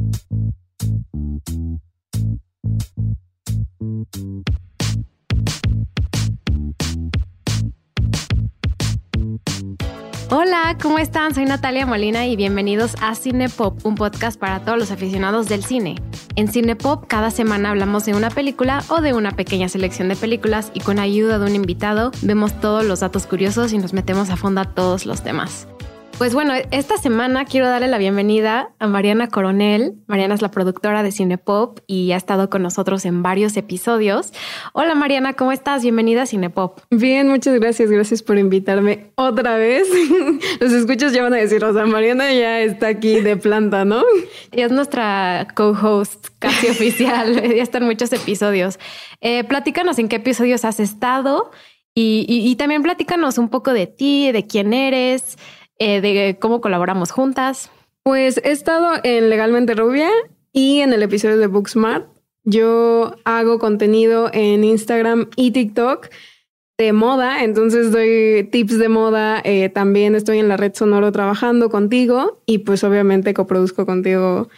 Hola, ¿cómo están? Soy Natalia Molina y bienvenidos a Cinepop, un podcast para todos los aficionados del cine. En Cinepop, cada semana hablamos de una película o de una pequeña selección de películas y con ayuda de un invitado vemos todos los datos curiosos y nos metemos a fondo a todos los temas. Pues bueno, esta semana quiero darle la bienvenida a Mariana Coronel. Mariana es la productora de Cinepop y ha estado con nosotros en varios episodios. Hola Mariana, ¿cómo estás? Bienvenida a Cinepop. Bien, muchas gracias. Gracias por invitarme otra vez. Los escuchas ya van a decir, o sea, Mariana ya está aquí de planta, ¿no? Ella es nuestra co-host casi oficial. Ya están muchos episodios. Platícanos en qué episodios has estado y también platícanos un poco de ti, de quién eres, de cómo colaboramos juntas. Pues he estado en Legalmente Rubia y en el episodio de Booksmart. Yo hago contenido en Instagram y TikTok de moda, entonces doy tips de moda. También estoy en la red Sonoro trabajando contigo y pues obviamente coproduzco contigo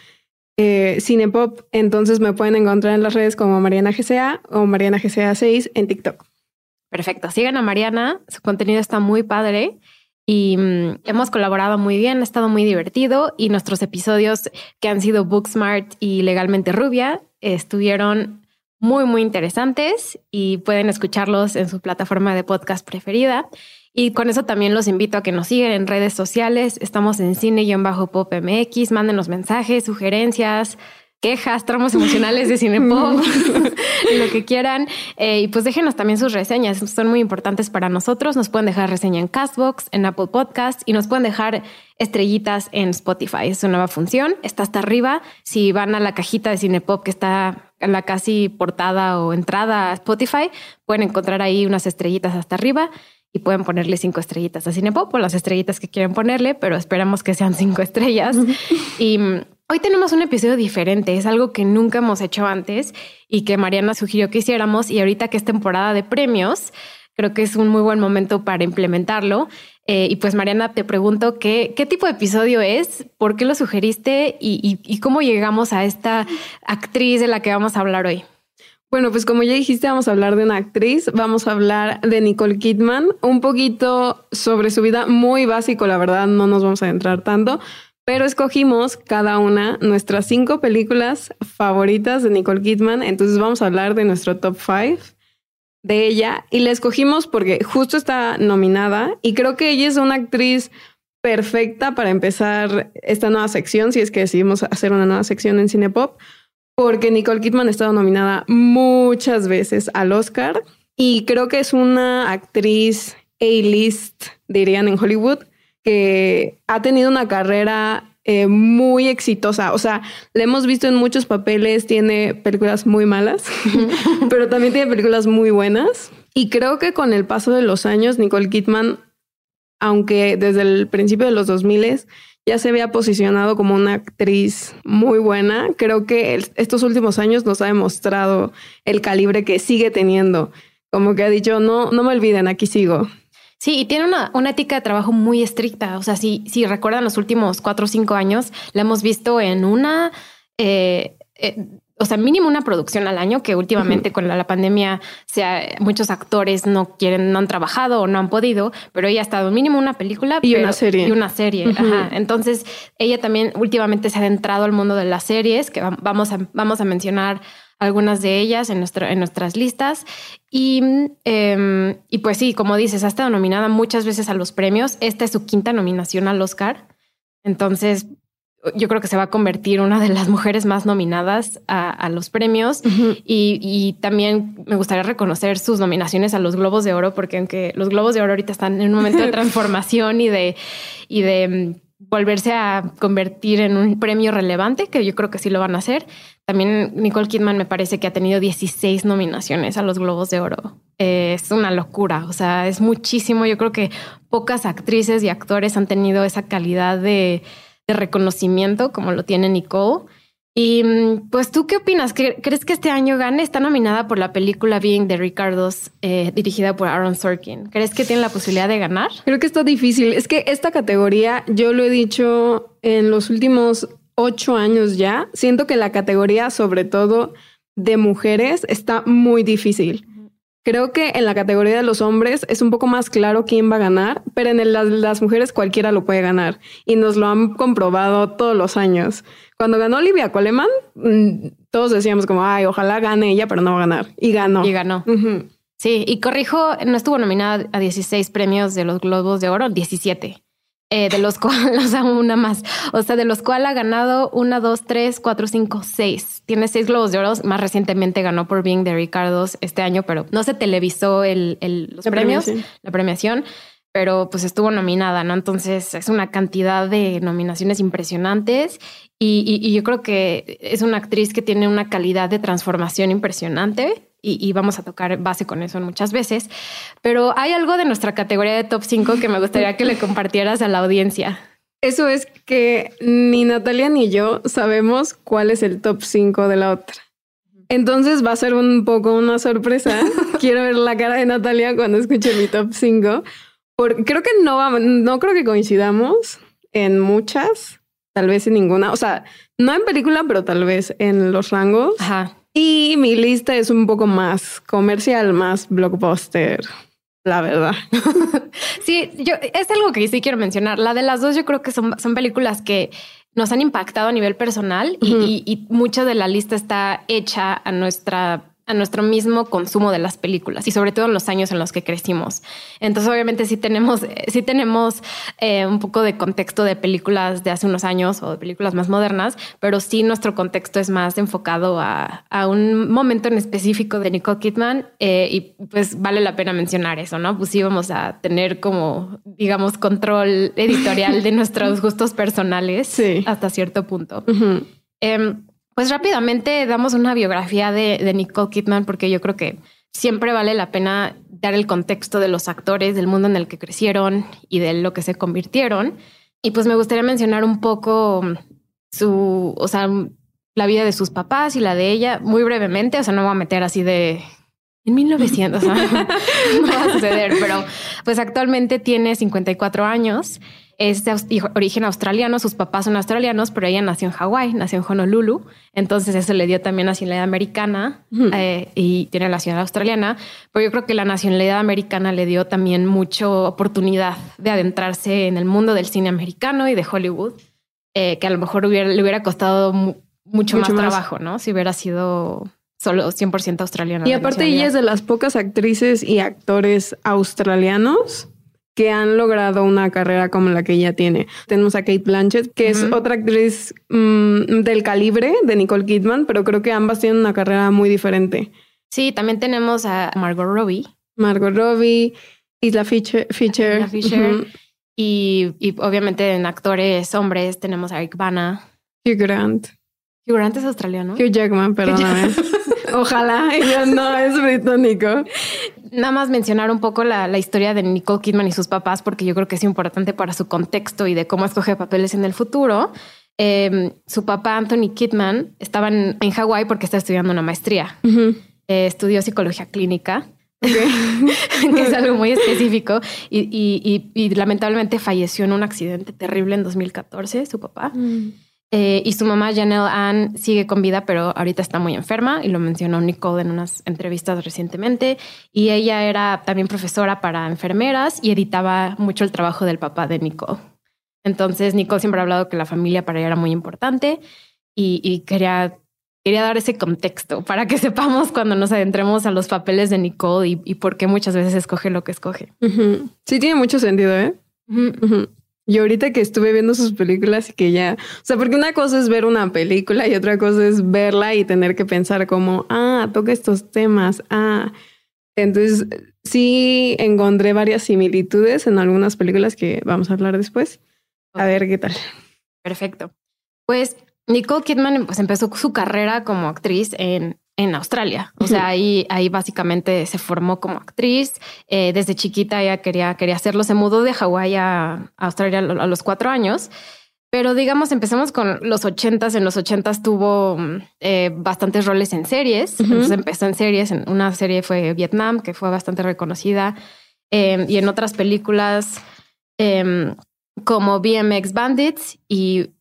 Cinepop. Entonces me pueden encontrar en las redes como Mariana GCA o Mariana GCA 6 en TikTok. Perfecto. Sigan a Mariana. Su contenido está muy padre. Y hemos colaborado muy bien, ha estado muy divertido y nuestros episodios que han sido Booksmart y Legalmente Rubia estuvieron muy, muy interesantes y pueden escucharlos en su plataforma de podcast preferida. Y con eso también los invito a que nos sigan en redes sociales. Estamos en Cine-Pop MX. Mándenos mensajes, sugerencias, quejas, tramos emocionales de Cinepop, lo que quieran. Y pues déjenos también sus reseñas. Son muy importantes para nosotros. Nos pueden dejar reseña en Castbox, en Apple Podcast y nos pueden dejar estrellitas en Spotify. Es una nueva función. Está hasta arriba. Si van a la cajita de Cinepop que está en la casi portada o entrada a Spotify, pueden encontrar ahí unas estrellitas hasta arriba y pueden ponerle 5 estrellitas a Cinepop o las estrellitas que quieran ponerle, pero esperamos que sean 5 estrellas. Y hoy tenemos un episodio diferente, es algo que nunca hemos hecho antes y que Mariana sugirió que hiciéramos y ahorita que es temporada de premios, creo que es un muy buen momento para implementarlo. Y pues Mariana, te pregunto qué tipo de episodio es, por qué lo sugeriste y cómo llegamos a esta actriz de la que vamos a hablar hoy. Bueno, pues como ya dijiste, vamos a hablar de una actriz, vamos a hablar de Nicole Kidman, un poquito sobre su vida, muy básico, la verdad, no nos vamos a adentrar tanto, pero escogimos cada una nuestras 5 películas favoritas de Nicole Kidman. Entonces vamos a hablar de nuestro top 5 de ella. Y la escogimos porque justo está nominada. Y creo que ella es una actriz perfecta para empezar esta nueva sección, si es que decidimos hacer una nueva sección en Cinepop. Porque Nicole Kidman ha estado nominada muchas veces al Oscar. Y creo que es una actriz A-list, dirían en Hollywood, que ha tenido una carrera muy exitosa. O sea, la hemos visto en muchos papeles, tiene películas muy malas, pero también tiene películas muy buenas. Y creo que con el paso de los años, Nicole Kidman, aunque desde el principio de los 2000 ya se había posicionado como una actriz muy buena, creo que estos últimos años nos ha demostrado el calibre que sigue teniendo. Como que ha dicho, no me olviden, aquí sigo. Sí, y tiene una ética de trabajo muy estricta. O sea, si recuerdan los últimos 4 o 5 años, la hemos visto en una, o sea, mínimo una producción al año, que últimamente con la pandemia muchos actores no han trabajado o no han podido, pero ella ha estado mínimo una película y una serie. Y una serie. Ajá. Entonces, ella también últimamente se ha adentrado al mundo de las series, que vamos a mencionar algunas de ellas en nuestras listas. Y pues sí, como dices, ha estado nominada muchas veces a los premios. Esta es su 5ª nominación al Oscar. Entonces, yo creo que se va a convertir una de las mujeres más nominadas a los premios. Y también me gustaría reconocer sus nominaciones a los Globos de Oro, porque aunque los Globos de Oro ahorita están en un momento de transformación y de volverse a convertir en un premio relevante, que yo creo que sí lo van a hacer. También Nicole Kidman me parece que ha tenido 16 nominaciones a los Globos de Oro. Es una locura, o sea, es muchísimo. Yo creo que pocas actrices y actores han tenido esa calidad de reconocimiento como lo tiene Nicole. Y pues, ¿tú qué opinas? ¿Crees que este año gane? Está nominada por la película Being de Ricardos, dirigida por Aaron Sorkin. ¿Crees que tiene la posibilidad de ganar? Creo que está difícil. Es que esta categoría, yo lo he dicho en los últimos 8 años ya, siento que la categoría, sobre todo de mujeres, está muy difícil. Creo que en la categoría de los hombres es un poco más claro quién va a ganar, pero en las mujeres cualquiera lo puede ganar. Y nos lo han comprobado todos los años. Cuando ganó Olivia Colman, todos decíamos como, ay, ojalá gane ella, pero no va a ganar. Y ganó. Y ganó. Sí, y corrijo, no estuvo nominada a 16 premios de los Globos de Oro, 17. De los cuales, o sea, una más. O sea, de los cuales ha ganado 1, 2, 3, 4, 5, 6. Tiene 6 Globos de Oro. Más recientemente ganó por Being the Ricardos este año, pero no se televisó los premios, la premiación, pero pues estuvo nominada, ¿no? Entonces es una cantidad de nominaciones impresionantes y yo creo que es una actriz que tiene una calidad de transformación impresionante. Y vamos a tocar base con eso muchas veces. Pero hay algo de nuestra categoría de top 5 que me gustaría que le compartieras a la audiencia. Eso es que ni Natalia ni yo sabemos cuál es el top 5 de la otra. Entonces va a ser un poco una sorpresa. Quiero ver la cara de Natalia cuando escuche mi top 5. Creo que no creo que coincidamos en muchas, tal vez en ninguna. O sea, no en película, pero tal vez en los rangos. Ajá. Y mi lista es un poco más comercial, más blockbuster, la verdad. Sí, es algo que sí quiero mencionar. La de las dos yo creo que son películas que nos han impactado a nivel personal y mucha de la lista está hecha a nuestro mismo consumo de las películas y sobre todo en los años en los que crecimos. Entonces, obviamente sí tenemos un poco de contexto de películas de hace unos años o de películas más modernas, pero sí nuestro contexto es más enfocado a un momento en específico de Nicole Kidman y pues vale la pena mencionar eso, ¿no? Pues sí vamos a tener como, digamos, control editorial de nuestros gustos personales hasta cierto punto. Pues rápidamente damos una biografía de Nicole Kidman porque yo creo que siempre vale la pena dar el contexto de los actores, del mundo en el que crecieron y de lo que se convirtieron. Y pues me gustaría mencionar un poco la vida de sus papás y la de ella muy brevemente. O sea, no voy a meter así de en 1900, no va a suceder, pero pues actualmente tiene 54 años. Es de origen australiano, sus papás son australianos, pero ella nació en Hawái, nació en Honolulu. Entonces eso le dio también nacionalidad americana y tiene la nacionalidad australiana. Pero yo creo que la nacionalidad americana le dio también mucha oportunidad de adentrarse en el mundo del cine americano y de Hollywood, que a lo mejor le hubiera costado mucho más trabajo, ¿no? Si hubiera sido solo 100% australiana. Y aparte ella es de las pocas actrices y actores australianos que han logrado una carrera como la que ella tiene. Tenemos a Cate Blanchett, que es otra actriz del calibre de Nicole Kidman, pero creo que ambas tienen una carrera muy diferente. Sí, también tenemos a Margot Robbie. Isla Fisher. Y obviamente en actores hombres tenemos a Eric Bana. Hugh Grant. Hugh Grant es australiano. Hugh Jackman, perdóname. Ojalá, ella no es británico. Nada más mencionar un poco la historia de Nicole Kidman y sus papás, porque yo creo que es importante para su contexto y de cómo escoge papeles en el futuro. Su papá, Anthony Kidman, estaba en Hawái porque está estudiando una maestría. Estudió psicología clínica, que es algo muy específico. Y lamentablemente falleció en un accidente terrible en 2014, su papá. Y su mamá, Janelle Ann, sigue con vida, pero ahorita está muy enferma y lo mencionó Nicole en unas entrevistas recientemente. Y ella era también profesora para enfermeras y editaba mucho el trabajo del papá de Nicole. Entonces, Nicole siempre ha hablado que la familia para ella era muy importante y quería dar ese contexto para que sepamos cuando nos adentremos a los papeles de Nicole y por qué muchas veces escoge lo que escoge. Sí, tiene mucho sentido, ¿eh? Y ahorita que estuve viendo sus películas y que ya... O sea, porque una cosa es ver una película y otra cosa es verla y tener que pensar como, toca estos temas, Entonces, sí encontré varias similitudes en algunas películas que vamos a hablar después. A ver qué tal. Perfecto. Pues Nicole Kidman pues, empezó su carrera como actriz en Australia. O sea, ahí básicamente se formó como actriz. Desde chiquita ella quería hacerlo. Se mudó de Hawái a Australia a los 4 años. Pero digamos, empezamos con los 80s. En los 80s tuvo bastantes roles en series. Entonces empezó en series. En una serie fue Vietnam, que fue bastante reconocida. Y en otras películas como BMX Bandits y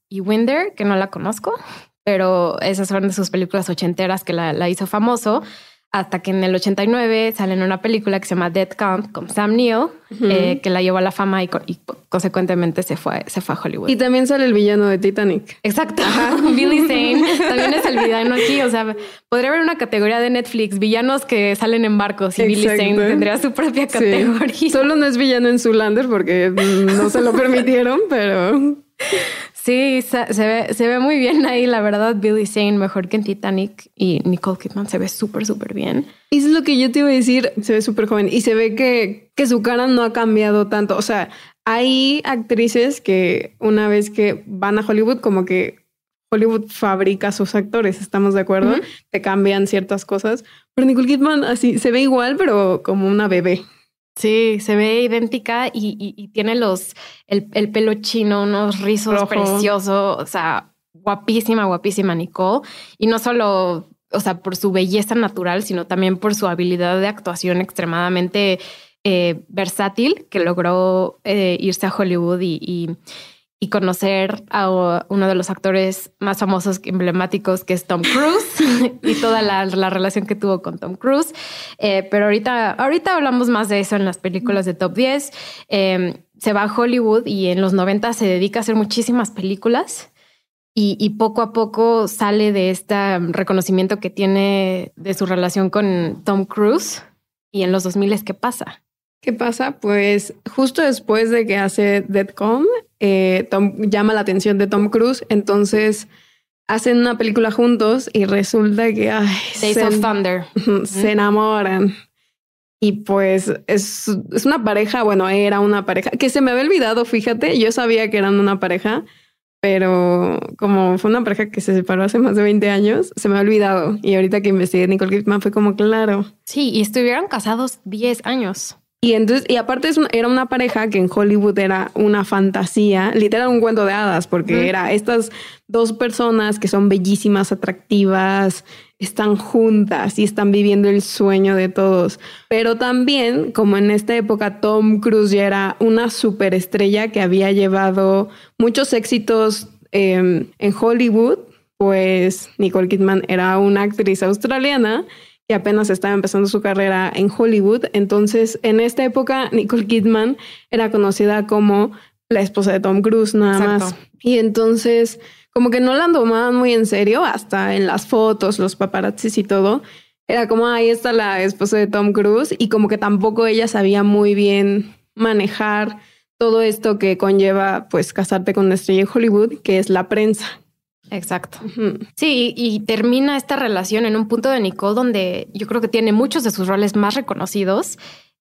y Winder, que no la conozco, pero esas fueron de sus películas ochenteras que la hizo famoso, hasta que en el 89 sale en una película que se llama Dead Count con Sam Neill, que la llevó a la fama y consecuentemente se fue a Hollywood. Y también sale el villano de Titanic. Exacto. Billy Zane también es el villano aquí. O sea, podría haber una categoría de Netflix, villanos que salen en barcos, y Billy Zane tendría su propia categoría. Sí. Solo no es villano en Zoolander porque no se lo permitieron, pero... Sí, se ve muy bien ahí, la verdad. Billy Zane mejor que en Titanic, y Nicole Kidman se ve súper, súper bien. Y es lo que yo te iba a decir, se ve súper joven y se ve que su cara no ha cambiado tanto. O sea, hay actrices que una vez que van a Hollywood, como que Hollywood fabrica a sus actores, ¿estamos de acuerdo? Te cambian ciertas cosas. Pero Nicole Kidman así se ve igual, pero como una bebé. Sí, se ve idéntica y tiene el pelo chino, unos rizos rojo, preciosos. O sea, guapísima, guapísima Nicole. Y no solo, o sea, por su belleza natural, sino también por su habilidad de actuación extremadamente versátil, que logró irse a Hollywood y conocer a uno de los actores más famosos, emblemáticos, que es Tom Cruise, y toda la relación que tuvo con Tom Cruise. Pero ahorita hablamos más de eso en las películas de Top 10. Se va a Hollywood y en los 90 se dedica a hacer muchísimas películas y poco a poco sale de este reconocimiento que tiene de su relación con Tom Cruise. Y en los 2000, ¿qué pasa? ¿Qué pasa? Pues justo después de que hace Dead Calm, Tom llama la atención de Tom Cruise, entonces hacen una película juntos y resulta que Days of Thunder se enamoran. Y pues es una pareja, bueno, era una pareja que se me había olvidado, fíjate, yo sabía que eran una pareja, pero como fue una pareja que se separó hace más de 20 años, se me ha olvidado. Y ahorita que investigué Nicole Kidman fue como claro. Sí, y estuvieron casados 10 años. Y entonces, y aparte era una pareja que en Hollywood era una fantasía, literal un cuento de hadas, porque era estas dos personas que son bellísimas, atractivas, están juntas y están viviendo el sueño de todos. Pero también, como en esta época Tom Cruise ya era una superestrella que había llevado muchos éxitos en Hollywood, pues Nicole Kidman era una actriz australiana que apenas estaba empezando su carrera en Hollywood. Entonces, en esta época, Nicole Kidman era conocida como la esposa de Tom Cruise, nada más. Y entonces, como que no la tomaban muy en serio, hasta en las fotos, los paparazzis y todo. Era como, ahí está la esposa de Tom Cruise. Y como que tampoco ella sabía muy bien manejar todo esto que conlleva, pues, casarte con una estrella en Hollywood, que es la prensa. Exacto. Sí, y termina esta relación en un punto de Nicole donde yo creo que tiene muchos de sus roles más reconocidos.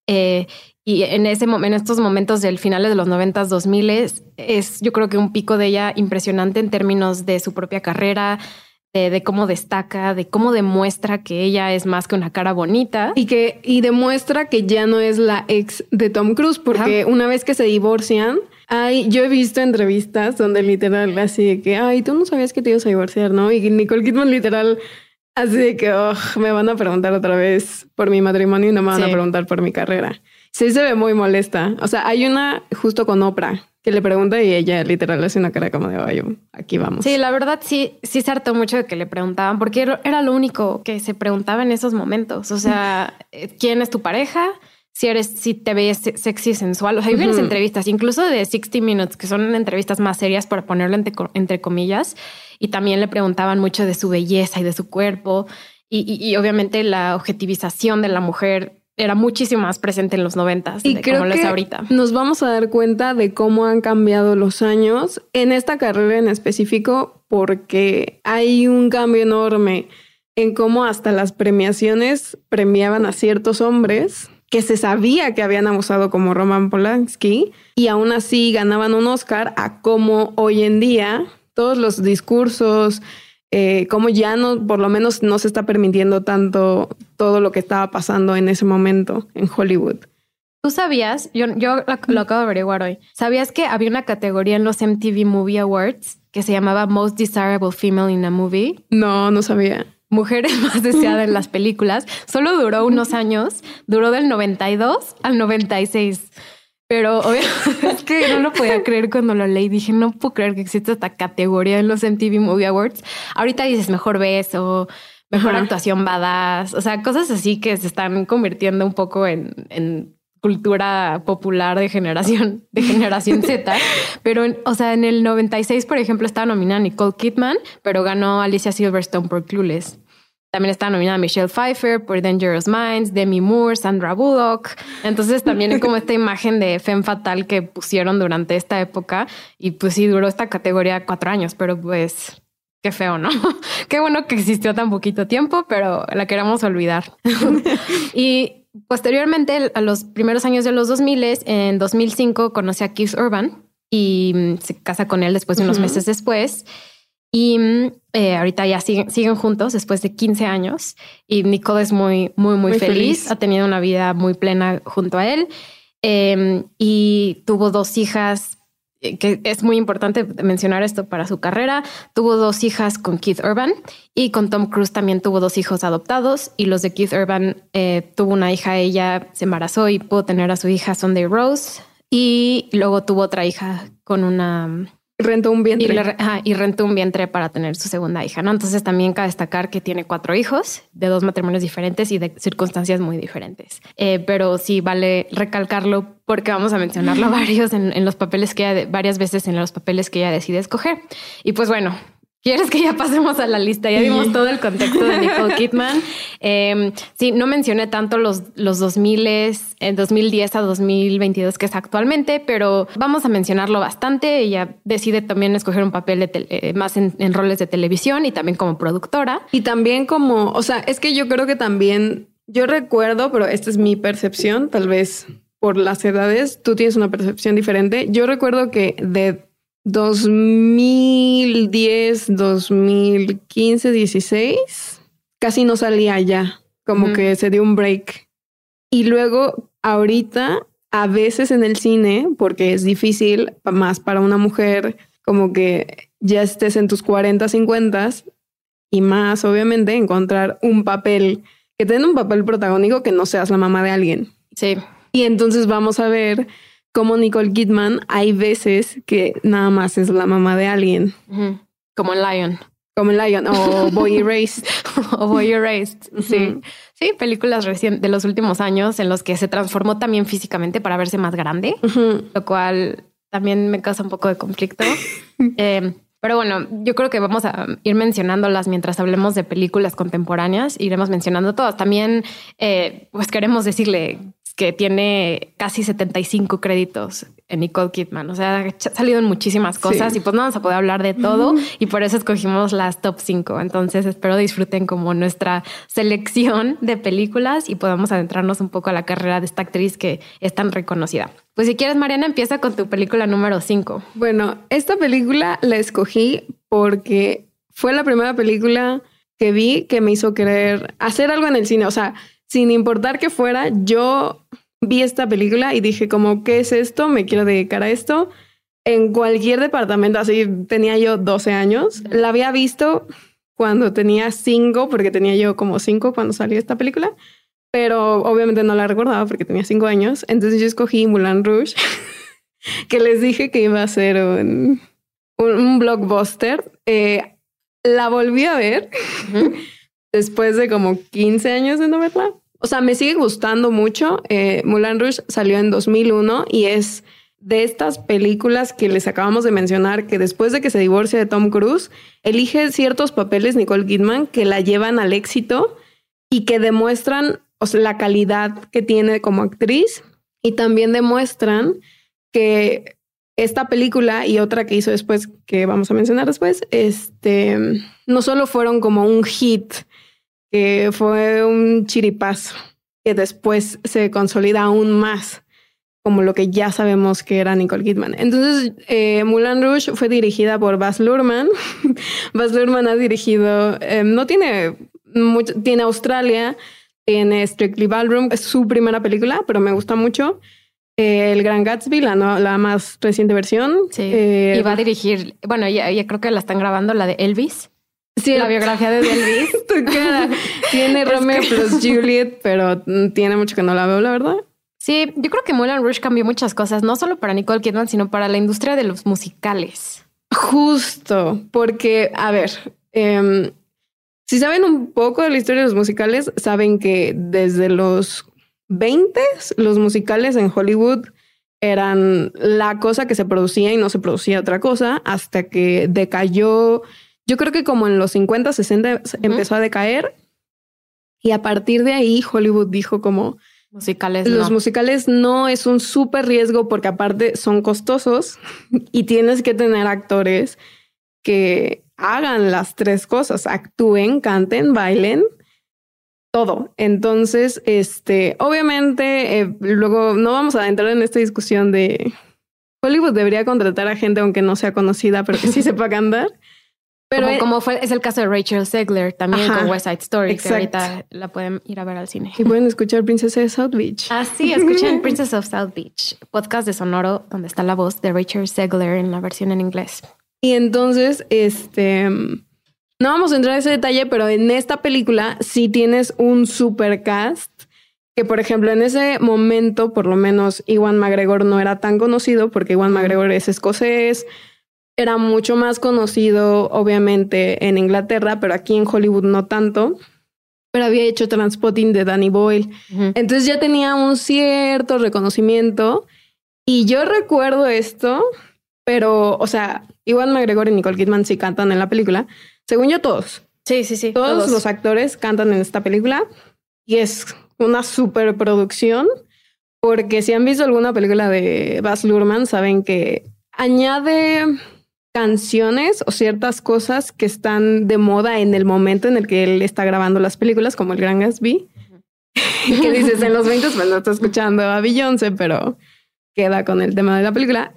Y en estos momentos del finales de los 90s, 2000s, es yo creo que un pico de ella impresionante en términos de su propia carrera, de cómo destaca, de cómo demuestra que ella es más que una cara bonita. Y demuestra que ya no es la ex de Tom Cruise, porque una vez que se divorcian, yo he visto entrevistas donde literal así de que, tú no sabías que te ibas a divorciar, ¿no? Y Nicole Kidman literal así de que, me van a preguntar otra vez por mi matrimonio y no me van a preguntar por mi carrera. Sí se ve muy molesta. O sea, hay una justo con Oprah que le pregunta y ella literal hace una cara como de, aquí vamos. Sí, la verdad sí se hartó mucho de que le preguntaban, porque era lo único que se preguntaba en esos momentos. O sea, ¿quién es tu pareja? Si te ves sexy, sensual. O sea, hay varias entrevistas, incluso de 60 Minutes, que son entrevistas más serias, para ponerlo entre comillas. Y también le preguntaban mucho de su belleza y de su cuerpo. Y obviamente la objetivización de la mujer era muchísimo más presente en los 90s y creo como que lo es ahorita. Nos vamos a dar cuenta de cómo han cambiado los años en esta carrera en específico, porque hay un cambio enorme en cómo hasta las premiaciones premiaban a ciertos hombres que se sabía que habían abusado, como Roman Polanski, y aún así ganaban un Oscar, a cómo hoy en día todos los discursos, como ya no, por lo menos no se está permitiendo tanto todo lo que estaba pasando en ese momento en Hollywood. ¿Tú sabías? Yo lo acabo de averiguar hoy. ¿Sabías que había una categoría en los MTV Movie Awards que se llamaba Most Desirable Female in a Movie? No sabía. Mujeres más deseadas en las películas. Solo duró unos años. Duró del 92 al 96. Pero obviamente es que no lo podía creer cuando lo leí. Dije, no puedo creer que existe esta categoría en los MTV Movie Awards. Ahorita dices mejor beso, mejor actuación badass, o sea, cosas así que se están convirtiendo un poco en cultura popular de generación Z. Pero, o sea, en el 96, por ejemplo, estaba nominada Nicole Kidman, pero ganó Alicia Silverstone por Clueless. También estaba nominada Michelle Pfeiffer por Dangerous Minds, Demi Moore, Sandra Bullock. Entonces también es como esta imagen de femme fatal que pusieron durante esta época. Y pues sí, duró esta categoría 4 años, pero pues qué feo, ¿no? Qué bueno que existió tan poquito tiempo, pero la queremos olvidar. Y posteriormente, a los primeros años de los 2000, en 2005 conocí a Keith Urban y se casa con él después de unos meses después. Y ahorita ya siguen juntos después de 15 años y Nicole es muy feliz. Ha tenido una vida muy plena junto a él y tuvo 2 hijas, que es muy importante mencionar esto para su carrera. Tuvo 2 hijas con Keith Urban y con Tom Cruise también tuvo 2 hijos adoptados, y los de Keith Urban tuvo una hija, ella se embarazó y pudo tener a su hija Sunday Rose, y luego tuvo otra hija con una... Rentó un vientre. Y rentó un vientre para tener su segunda hija, ¿no? Entonces también cabe destacar que tiene 4 hijos de 2 matrimonios diferentes y de circunstancias muy diferentes. Pero sí vale recalcarlo porque vamos a mencionarlo varias veces en los papeles que ella decide escoger. Y pues bueno, ¿quieres que ya pasemos a la lista? Ya vimos todo el contexto de Nicole Kidman. Sí, no mencioné tanto los 2000, en 2010 a 2022, que es actualmente, pero vamos a mencionarlo bastante. Ella decide también escoger un papel más en roles de televisión y también como productora. Y también como, o sea, es que yo creo que también, yo recuerdo, pero esta es mi percepción, tal vez por las edades, tú tienes una percepción diferente. Yo recuerdo que de 2010, 2015, 16, casi no salía ya, como que se dio un break. Y luego ahorita, a veces en el cine, porque es difícil más para una mujer, como que ya estés en tus 40, 50 y más, obviamente, encontrar un papel, que tenga un papel protagónico, que no seas la mamá de alguien. Sí. Y entonces vamos a ver como Nicole Kidman, hay veces que nada más es la mamá de alguien. Como en Lion. Como en Lion o Boy Erased. O Boy Erased. Sí. Sí, películas recientes de los últimos años en los que se transformó también físicamente para verse más grande, lo cual también me causa un poco de conflicto. Pero bueno, yo creo que vamos a ir mencionándolas mientras hablemos de películas contemporáneas. Iremos mencionando todas. También, pues queremos decirle que tiene casi 75 créditos en Nicole Kidman. O sea, ha salido en muchísimas cosas y pues no vamos a poder hablar de todo y por eso escogimos las top 5. Entonces espero disfruten como nuestra selección de películas y podamos adentrarnos un poco a la carrera de esta actriz que es tan reconocida. Pues si quieres, Mariana, empieza con tu película número 5. Bueno, esta película la escogí porque fue la primera película que vi que me hizo querer hacer algo en el cine. O sea, sin importar que fuera, yo vi esta película y dije como, ¿qué es esto? Me quiero dedicar a esto. En cualquier departamento, así tenía yo 12 años. La había visto cuando tenía 5, porque tenía yo como 5 cuando salió esta película. Pero obviamente no la recordaba porque tenía 5 años. Entonces yo escogí Moulin Rouge, que les dije que iba a ser un blockbuster. La volví a ver después de como 15 años de no verla. O sea, me sigue gustando mucho. Moulin Rouge salió en 2001 y es de estas películas que les acabamos de mencionar, que después de que se divorcia de Tom Cruise, elige ciertos papeles Nicole Kidman que la llevan al éxito y que demuestran, o sea, la calidad que tiene como actriz, y también demuestran que esta película y otra que hizo después, que vamos a mencionar después, no solo fueron como un hit, que fue un chiripazo, que después se consolida aún más como lo que ya sabemos que era Nicole Kidman. Entonces, Moulin Rouge fue dirigida por Baz Luhrmann. Baz Luhrmann ha dirigido, no tiene mucho, tiene Australia, tiene Strictly Ballroom, es su primera película, pero me gusta mucho. El Gran Gatsby, la más reciente versión. Sí. Y va a dirigir, bueno, ya creo que la están grabando, la de Elvis. Sí, la biografía de Elvis. Tu cara. Tiene Romeo plus Juliet, pero tiene mucho que no la veo, la verdad. Sí, yo creo que Moulin Rouge cambió muchas cosas, no solo para Nicole Kidman, sino para la industria de los musicales. Justo, porque, a ver, si saben un poco de la historia de los musicales, saben que desde los 20 los musicales en Hollywood eran la cosa que se producía y no se producía otra cosa hasta que decayó. Yo creo que como en los 50, 60 empezó a decaer y a partir de ahí Hollywood dijo como los musicales no es un súper riesgo porque aparte son costosos y tienes que tener actores que hagan las tres cosas, actúen, canten, bailen, todo. Entonces, obviamente, luego no vamos a entrar en esta discusión de Hollywood debería contratar a gente aunque no sea conocida, pero que sí sepa cantar. Pero es el caso de Rachel Zegler también con West Side Story, exacto, que ahorita la pueden ir a ver al cine. Y pueden escuchar Princesa de South Beach. Ah, sí, escuchen Princess of South Beach, podcast de Sonoro, donde está la voz de Rachel Zegler en la versión en inglés. Y entonces, no vamos a entrar en ese detalle, pero en esta película sí tienes un super cast que, por ejemplo, en ese momento, por lo menos, Ewan McGregor no era tan conocido porque Ewan McGregor es escocés. Era mucho más conocido, obviamente, en Inglaterra, pero aquí en Hollywood no tanto. Pero había hecho Trainspotting de Danny Boyle. Uh-huh. Entonces ya tenía un cierto reconocimiento. Y yo recuerdo esto, pero, o sea, Ewan McGregor y Nicole Kidman sí cantan en la película. Según yo, todos. Sí. Todos los actores cantan en esta película. Y es una superproducción. Porque si han visto alguna película de Baz Luhrmann, saben que añade canciones o ciertas cosas que están de moda en el momento en el que él está grabando las películas, como El Gran Gatsby. Que dices, en los 20 pues no está escuchando a Beyoncé, pero queda con el tema de la película.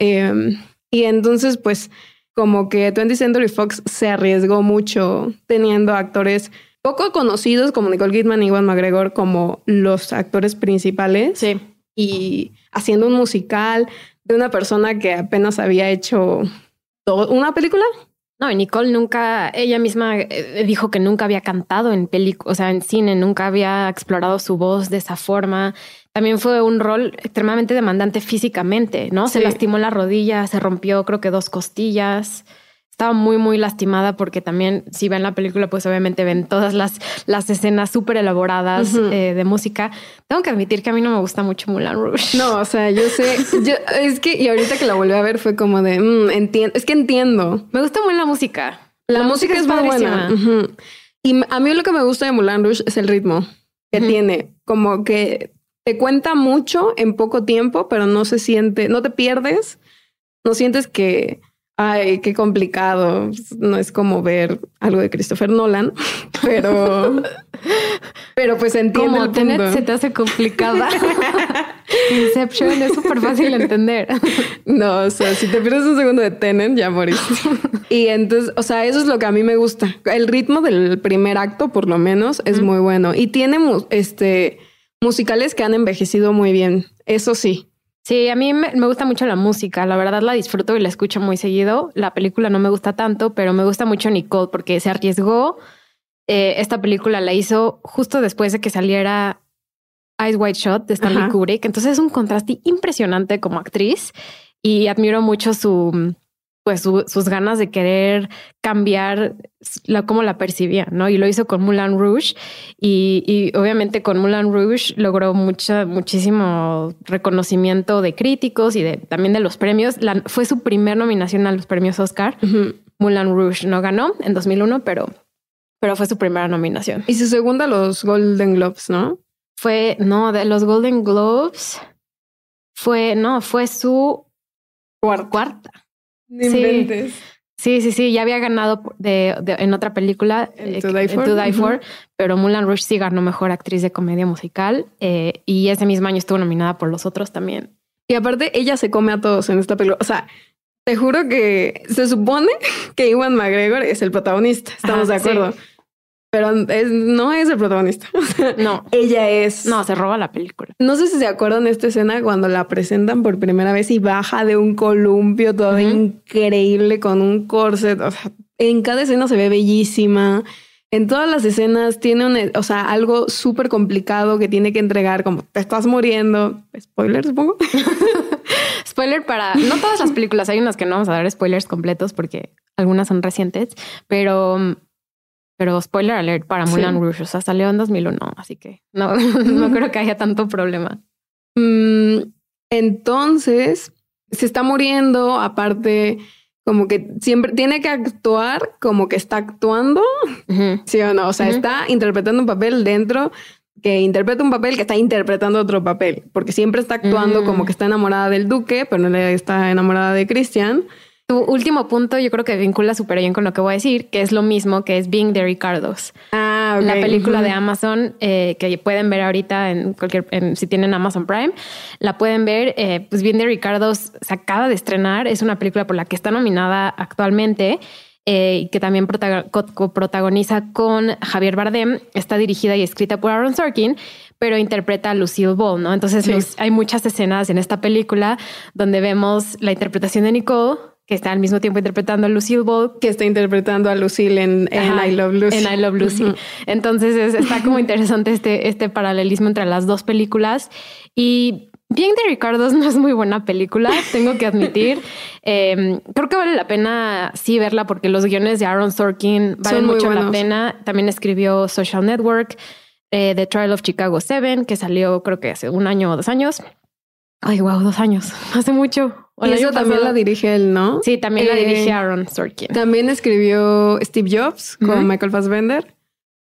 Y entonces, pues, como que 20th Century Fox se arriesgó mucho teniendo actores poco conocidos como Nicole Kidman y Ewan McGregor como los actores principales. Sí. Y haciendo un musical de una persona que apenas había hecho una película. No, y Nicole nunca, ella misma dijo que nunca había cantado en película, o sea, en cine, nunca había explorado su voz de esa forma. También fue un rol extremadamente demandante físicamente, ¿no? Sí. Se lastimó la rodilla, se rompió creo que 2 costillas. Estaba muy, muy lastimada porque también si ven la película, pues obviamente ven todas las escenas súper elaboradas de música. Tengo que admitir que a mí no me gusta mucho Moulin Rouge. No, o sea, yo sé, es que y ahorita que la volví a ver fue como de, entiendo, es que entiendo. Me gusta muy la música. La música es muy buena. Y a mí lo que me gusta de Moulin Rouge es el ritmo que tiene, como que te cuenta mucho en poco tiempo, pero no se siente, no te pierdes, no sientes que ay, qué complicado. No es como ver algo de Christopher Nolan, pero pues entiendo como el Tenet punto. Se te hace complicada. Inception es súper fácil de entender. No, o sea, si te pierdes un segundo de Tenet, ya moriste. Y entonces, o sea, eso es lo que a mí me gusta. El ritmo del primer acto, por lo menos, es muy bueno. Y tiene musicales que han envejecido muy bien. Eso sí. Sí, a mí me gusta mucho la música. La verdad la disfruto y la escucho muy seguido. La película no me gusta tanto, pero me gusta mucho Nicole porque se arriesgó. Esta película la hizo justo después de que saliera Eyes Wide Shut de Stanley Kubrick. Entonces es un contraste impresionante como actriz y admiro mucho sus ganas de querer cambiar cómo la percibía, ¿no? Y lo hizo con Moulin Rouge y obviamente con Moulin Rouge logró muchísimo reconocimiento de críticos y también de los premios. Fue su primer nominación a los premios Oscar. Moulin Rouge no ganó en 2001, pero fue su primera nominación. Y su segunda los Golden Globes, ¿no? De los Golden Globes fue su cuarta. Sí, ya había ganado en otra película, To Die For, pero Moulin Rouge sí ganó mejor actriz de comedia musical y ese mismo año estuvo nominada por los otros también. Y aparte ella se come a todos en esta película. O sea, te juro que se supone que Ewan McGregor es el protagonista. Estamos de acuerdo. Sí. Pero no es el protagonista. No. Ella es. No, se roba la película. No sé si se acuerdan de esta escena cuando la presentan por primera vez y baja de un columpio todo increíble con un corset. O sea, en cada escena se ve bellísima. En todas las escenas tiene algo súper complicado que tiene que entregar, como te estás muriendo. Spoiler, supongo. Spoiler para... No todas las películas, hay unas que no vamos a dar spoilers completos porque algunas son recientes, pero spoiler alert para Moulin Rouge, o sea, salió en 2001, así que no creo que haya tanto problema. Entonces, se está muriendo, aparte... Como que siempre tiene que actuar como que está actuando, ¿sí o no? O sea, está interpretando un papel dentro que interpreta un papel que está interpretando otro papel, porque siempre está actuando como que está enamorada del duque, pero no está enamorada de Christian. Tu último punto yo creo que vincula súper bien con lo que voy a decir, que es lo mismo que es Being the Ricardos. Ah, okay. La película de Amazon que pueden ver ahorita si tienen Amazon Prime, la pueden ver. Pues Being the Ricardos se acaba de estrenar. Es una película por la que está nominada actualmente y que también protagoniza con Javier Bardem. Está dirigida y escrita por Aaron Sorkin, pero interpreta a Lucille Ball, ¿no? Entonces hay muchas escenas en esta película donde vemos la interpretación de Nicole, que está al mismo tiempo interpretando a Lucille Ball, que está interpretando a Lucille en I Love Lucy. En I Love Lucy. Entonces está como interesante este paralelismo entre las dos películas. Y Being the Ricardos no es muy buena película, tengo que admitir. Creo que vale la pena sí verla porque los guiones de Aaron Sorkin valen mucho la pena. También escribió Social Network, The Trial of Chicago 7, que salió creo que hace 1 año o 2 años. Ay, wow, 2 años. Hace mucho. Y eso también la dirige él, ¿no? Sí, también la dirige Aaron Sorkin. También escribió Steve Jobs con Michael Fassbender.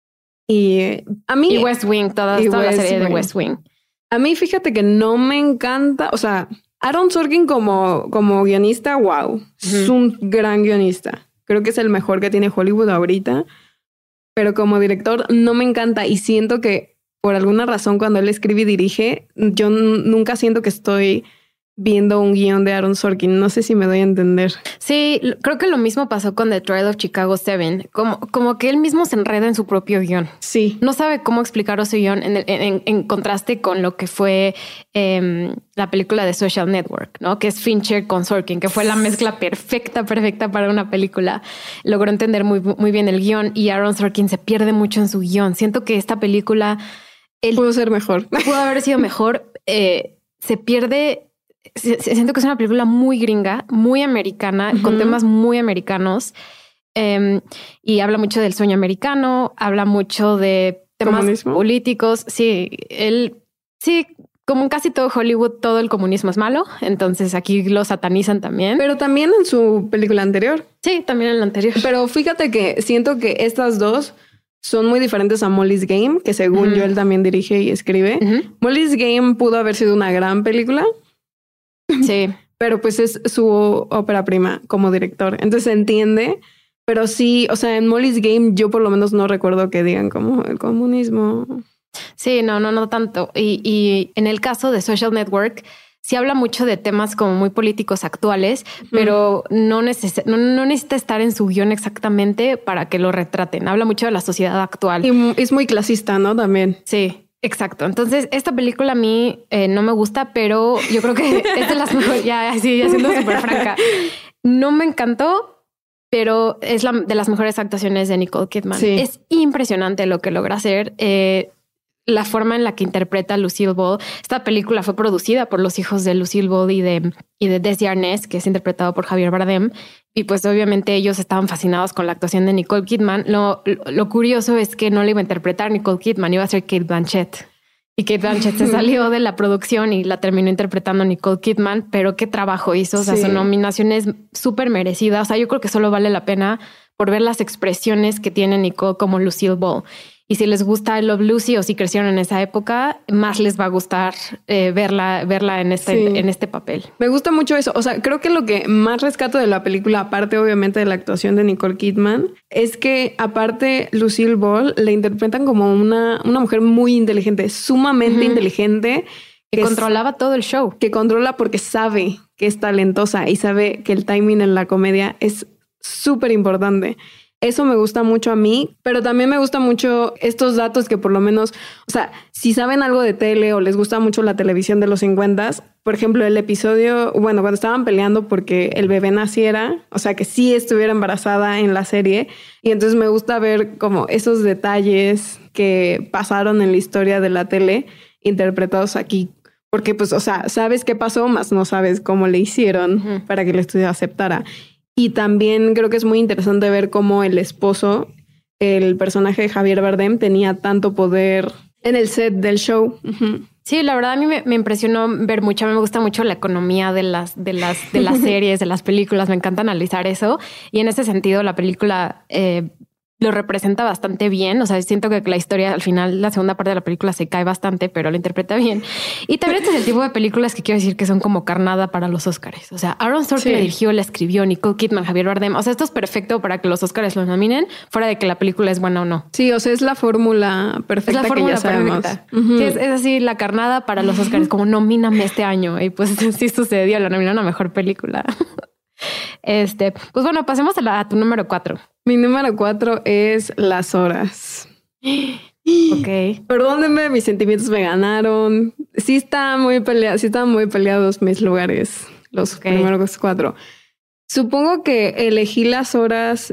Y a mí... Y West Wing, toda la serie de West Wing. A mí, fíjate que no me encanta... O sea, Aaron Sorkin como guionista, wow. Es un gran guionista. Creo que es el mejor que tiene Hollywood ahorita. Pero como director no me encanta. Y siento que por alguna razón cuando él escribe y dirige, yo nunca siento que estoy viendo un guión de Aaron Sorkin. No sé si me doy a entender. Sí, creo que lo mismo pasó con The Trial of Chicago 7. Como que él mismo se enreda en su propio guión. Sí. No sabe cómo explicar su guión en contraste con lo que fue la película de Social Network, ¿no? Que es Fincher con Sorkin, que fue la mezcla perfecta para una película. Logró entender muy, muy bien el guión y Aaron Sorkin se pierde mucho en su guión. Siento que esta película... Pudo ser mejor. Pudo haber sido mejor. Se pierde... Siento que es una película muy gringa, muy americana, con temas muy americanos. Y habla mucho del sueño americano, habla mucho de temas políticos. Sí, como en casi todo Hollywood, todo el comunismo es malo. Entonces aquí lo satanizan también. Pero también en su película anterior. Sí, también en la anterior. Pero fíjate que siento que estas dos son muy diferentes a Molly's Game, que según yo él también dirige y escribe. Molly's Game pudo haber sido una gran película. Sí. Pero pues es su ópera prima como director. Entonces se entiende. Pero sí, o sea, en Molly's Game yo por lo menos no recuerdo que digan como el comunismo. Sí, no tanto. Y en el caso de Social Network, sí habla mucho de temas como muy políticos actuales, pero no necesita estar en su guión exactamente para que lo retraten. Habla mucho de la sociedad actual. Y es muy clasista, ¿no? También. Sí. Exacto. Entonces, esta película a mí no me gusta, pero yo creo que es de las mejores, ya siendo súper franca. No me encantó, pero es de las mejores actuaciones de Nicole Kidman. Sí. Es impresionante lo que logra hacer. La forma en la que interpreta a Lucille Ball. Esta película fue producida por los hijos de Lucille Ball y de Desi Arnaz, que es interpretado por Javier Bardem. Y pues obviamente ellos estaban fascinados con la actuación de Nicole Kidman. Lo curioso es que no le iba a interpretar Nicole Kidman, iba a ser Cate Blanchett. Y Cate Blanchett se salió de la producción y la terminó interpretando Nicole Kidman. Pero qué trabajo hizo. O sea, su nominación es súper merecida. O sea, yo creo que solo vale la pena por ver las expresiones que tiene Nicole como Lucille Ball. Y si les gusta I Love Lucy o si crecieron en esa época, más les va a gustar verla en este papel. Me gusta mucho eso. O sea, creo que lo que más rescato de la película, aparte obviamente de la actuación de Nicole Kidman, es que aparte Lucille Ball la interpretan como una mujer muy inteligente, sumamente inteligente. Que controlaba todo el show. Que controla porque sabe que es talentosa y sabe que el timing en la comedia es súper importante. Eso me gusta mucho a mí, pero también me gusta mucho estos datos que por lo menos, o sea, si saben algo de tele o les gusta mucho la televisión de los 50s, por ejemplo, el episodio, bueno, cuando estaban peleando porque el bebé naciera, o sea, que sí estuviera embarazada en la serie, y entonces me gusta ver como esos detalles que pasaron en la historia de la tele interpretados aquí, porque pues, o sea, sabes qué pasó, más no sabes cómo le hicieron para que el estudio aceptara. Y también creo que es muy interesante ver cómo el esposo, el personaje de Javier Bardem, tenía tanto poder en el set del show. Sí, la verdad a mí me impresionó ver mucho. A mí me gusta mucho la economía de las series, de las películas. Me encanta analizar eso. Y en ese sentido, la película lo representa bastante bien. O sea, siento que la historia al final, la segunda parte de la película se cae bastante, pero lo interpreta bien. Y también este es el tipo de películas que quiero decir que son como carnada para los Oscars. O sea, Aaron Sorkin la dirigió, la escribió, Nicole Kidman, Javier Bardem. O sea, esto es perfecto para que los Oscars los nominen, fuera de que la película es buena o no. Sí, o sea, es la fórmula perfecta. Es la fórmula perfecta. Sí, es así la carnada para los Oscars, como nomíname este año. Y pues sí sucedió, la nominaron a mejor película. Pues bueno, pasemos a tu número 4. Mi número 4 es Las Horas. Ok. Perdónenme, mis sentimientos me ganaron. Sí estaban muy peleados mis lugares, los primeros 4. Supongo que elegí Las Horas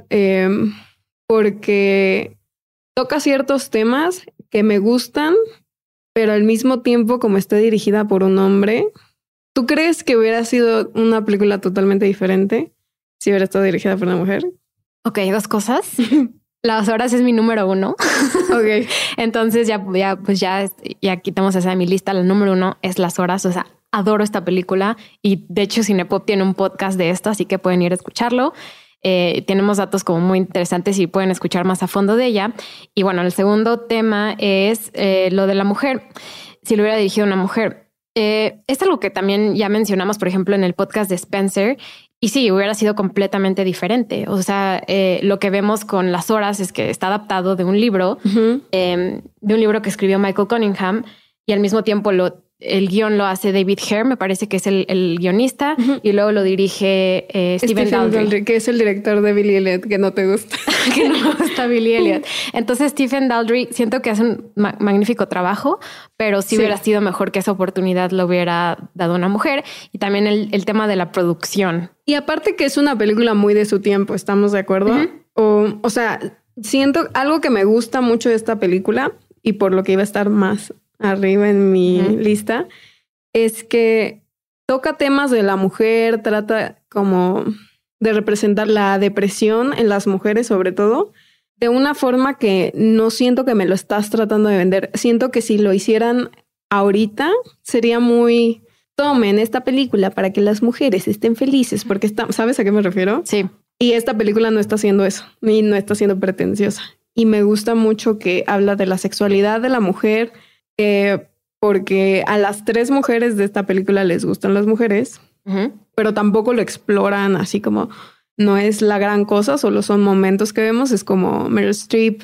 porque toca ciertos temas que me gustan, pero al mismo tiempo, como está dirigida por un hombre, ¿tú crees que hubiera sido una película totalmente diferente si hubiera estado dirigida por una mujer? Ok, 2 cosas. Las Horas es mi número 1. Ok. Entonces ya quitamos esa de mi lista. La número 1 es Las Horas. O sea, adoro esta película y de hecho Cinepop tiene un podcast de esto, así que pueden ir a escucharlo. Tenemos datos como muy interesantes y pueden escuchar más a fondo de ella. Y bueno, el segundo tema es lo de la mujer. Si lo hubiera dirigido una mujer. Es algo que también ya mencionamos, por ejemplo, en el podcast de Spencer. Y sí, hubiera sido completamente diferente. O sea, lo que vemos con Las Horas es que está adaptado de un libro, de un libro que escribió Michael Cunningham, y al mismo tiempo el guión lo hace David Hare, me parece que es el guionista, y luego lo dirige Stephen Daldry, que es el director de Billy Elliot, que no te gusta. Que no me gusta Billy Elliot. Entonces Stephen Daldry siento que hace un magnífico trabajo, pero sí hubiera sido mejor que esa oportunidad lo hubiera dado una mujer. Y también el tema de la producción. Y aparte que es una película muy de su tiempo, ¿estamos de acuerdo? O sea, siento algo que me gusta mucho de esta película y por lo que iba a estar más arriba en mi lista, es que toca temas de la mujer, trata como de representar la depresión en las mujeres, sobre todo, de una forma que no siento que me lo estás tratando de vender. Siento que si lo hicieran ahorita, sería muy... Tomen esta película para que las mujeres estén felices, porque ¿sabes a qué me refiero? Sí. Y esta película no está haciendo eso, ni no está siendo pretenciosa. Y me gusta mucho que habla de la sexualidad de la mujer, porque a las 3 mujeres de esta película les gustan las mujeres, pero tampoco lo exploran así como no es la gran cosa, solo son momentos que vemos. Es como Meryl Streep,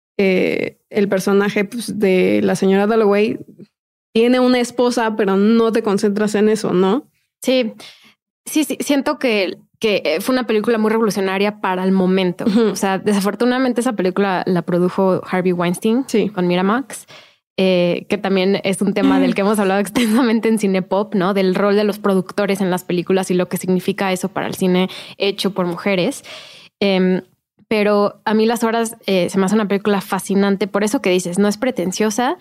el personaje pues, de la señora Dalloway, tiene una esposa, pero no te concentras en eso, ¿no? Sí, siento que fue una película muy revolucionaria para el momento. O sea, desafortunadamente esa película la produjo Harvey Weinstein con Miramax, que también es un tema del que hemos hablado extensamente en Cinepop, ¿no? Del rol de los productores en las películas y lo que significa eso para el cine hecho por mujeres. Pero a mí Las Horas se me hace una película fascinante por eso que dices, no es pretenciosa.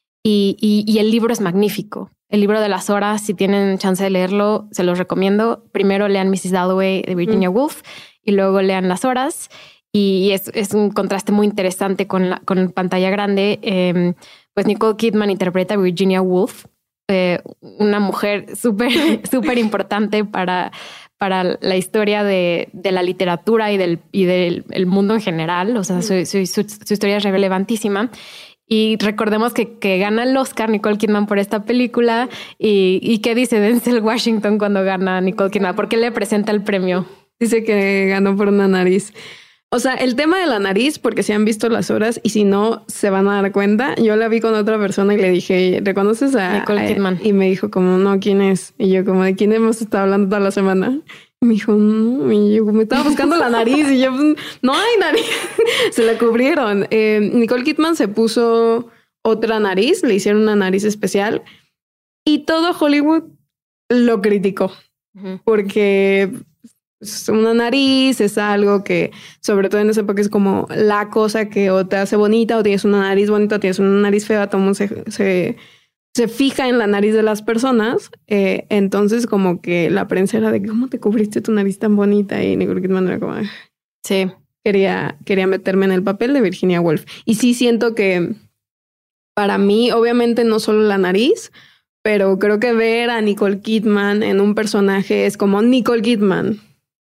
Y el libro es magnífico. El libro de Las Horas, si tienen chance de leerlo, se los recomiendo. Primero lean Mrs. Dalloway de Virginia Woolf y luego lean Las Horas. Y es un contraste muy interesante con pantalla grande. Pues Nicole Kidman interpreta a Virginia Woolf, una mujer súper importante para la historia de la literatura y del mundo en general. O sea, su historia es relevantísima. Y recordemos que gana el Oscar Nicole Kidman por esta película. ¿Y qué dice Denzel Washington cuando gana Nicole Kidman? ¿Por qué le presenta el premio? Dice que ganó por una nariz. O sea, el tema de la nariz, porque si han visto Las Horas y si no, se van a dar cuenta. Yo la vi con otra persona y le dije, ¿reconoces a Nicole Kidman? Y me dijo como, no, ¿quién es? Y yo como, ¿de quién hemos estado hablando toda la semana? Me dijo, no, y yo me estaba buscando la nariz y yo, no hay nariz. Se la cubrieron. Nicole Kidman se puso otra nariz, le hicieron una nariz especial y todo Hollywood lo criticó porque una nariz es algo que, sobre todo en esa época, es como la cosa que o te hace bonita o tienes una nariz bonita o tienes una nariz fea, todo el mundo se fija en la nariz de las personas. Entonces como que la prensa era de ¿cómo te cubriste tu nariz tan bonita? Y Nicole Kidman era como... Sí. Quería meterme en el papel de Virginia Woolf. Y sí siento que para mí, obviamente no solo la nariz, pero creo que ver a Nicole Kidman en un personaje es como Nicole Kidman.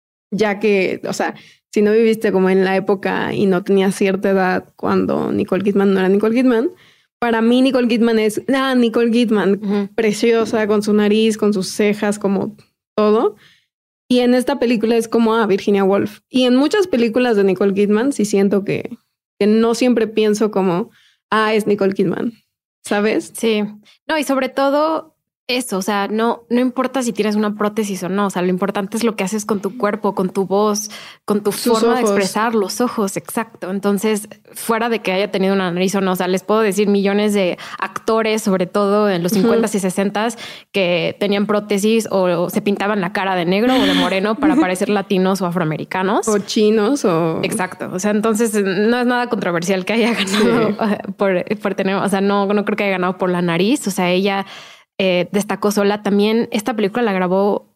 Ya que, o sea, si no viviste como en la época y no tenías cierta edad cuando Nicole Kidman no era Nicole Kidman, para mí Nicole Kidman es Nicole Kidman, preciosa, con su nariz, con sus cejas, como todo. Y en esta película es como Virginia Woolf. Y en muchas películas de Nicole Kidman sí siento que no siempre pienso como, es Nicole Kidman, ¿sabes? Sí. No, y sobre todo eso, o sea, no importa si tienes una prótesis o no, o sea, lo importante es lo que haces con tu cuerpo, con tu voz, con tu forma de expresar, los ojos, exacto. Entonces, fuera de que haya tenido una nariz o no, o sea, les puedo decir millones de actores, sobre todo en los 50s y 60s, que tenían prótesis o se pintaban la cara de negro o de moreno para parecer latinos o afroamericanos. O chinos o... Exacto. O sea, entonces no es nada controversial que haya ganado por tener, o sea, no creo que haya ganado por la nariz. O sea, ella... destacó sola. También esta película la grabó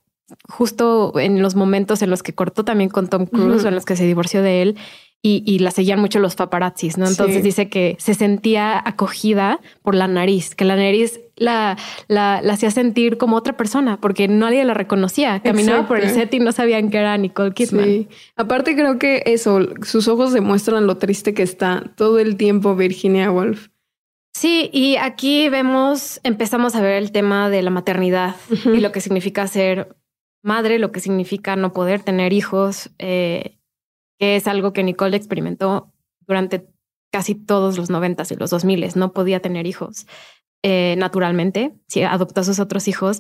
justo en los momentos en los que cortó también con Tom Cruise, o en los que se divorció de él y la seguían mucho los paparazzis, ¿no? Entonces dice que se sentía acogida por la nariz, que la nariz la hacía sentir como otra persona porque nadie la reconocía. Caminaba por el set y no sabían que era Nicole Kidman. Sí. Aparte creo que eso, sus ojos demuestran lo triste que está todo el tiempo Virginia Woolf. Sí, y aquí empezamos a ver el tema de la maternidad y lo que significa ser madre, lo que significa no poder tener hijos, que es algo que Nicole experimentó durante casi todos los 90s y los 2000s. No podía tener hijos naturalmente, sí, adoptó a sus otros hijos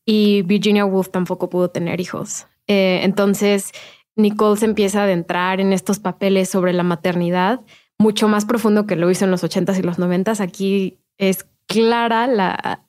y Virginia Woolf tampoco pudo tener hijos. Entonces Nicole se empieza a adentrar en estos papeles sobre la maternidad mucho más profundo que lo hizo en los 80s y los 90s. Aquí es clara la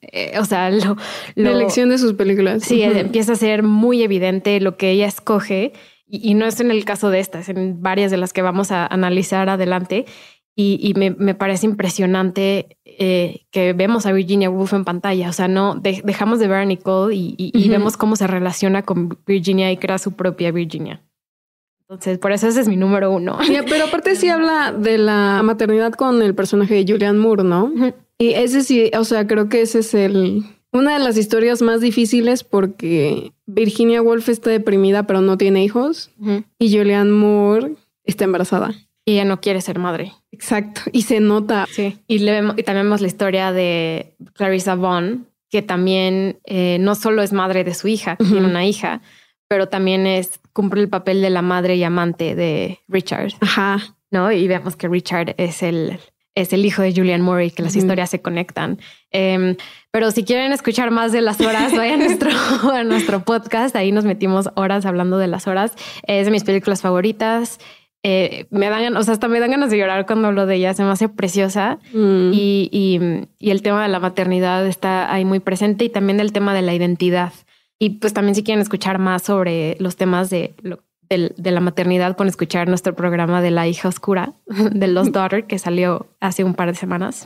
elección de sus películas. Sí, empieza a ser muy evidente lo que ella escoge y no es en el caso de estas, en varias de las que vamos a analizar adelante. Y me parece impresionante que vemos a Virginia Woolf en pantalla. O sea, no dejamos de ver a Nicole y vemos cómo se relaciona con Virginia y crea su propia Virginia. Entonces, por eso ese es mi número 1. Pero aparte sí habla de la maternidad con el personaje de Julianne Moore, ¿no? Y ese sí, o sea, creo que ese es una de las historias más difíciles porque Virginia Woolf está deprimida pero no tiene hijos y Julianne Moore está embarazada. Y ella no quiere ser madre. Exacto. Y se nota. Sí. Y también vemos la historia de Clarissa Vaughn, que también no solo es madre de su hija, que tiene una hija, pero también cumple el papel de la madre y amante de Richard. Ajá. ¿No? Y vemos que Richard es el hijo de Julianne Moore y que las historias se conectan. Pero si quieren escuchar más de Las Horas, vayan a nuestro podcast. Ahí nos metimos horas hablando de Las Horas. Es de mis películas favoritas. Hasta me dan ganas de llorar cuando hablo de ella. Se me hace preciosa. Y el tema de la maternidad está ahí muy presente y también el tema de la identidad. Y pues también si quieren escuchar más sobre los temas de la maternidad, pueden escuchar nuestro programa de La Hija Oscura de Lost Daughter, que salió hace un par de semanas.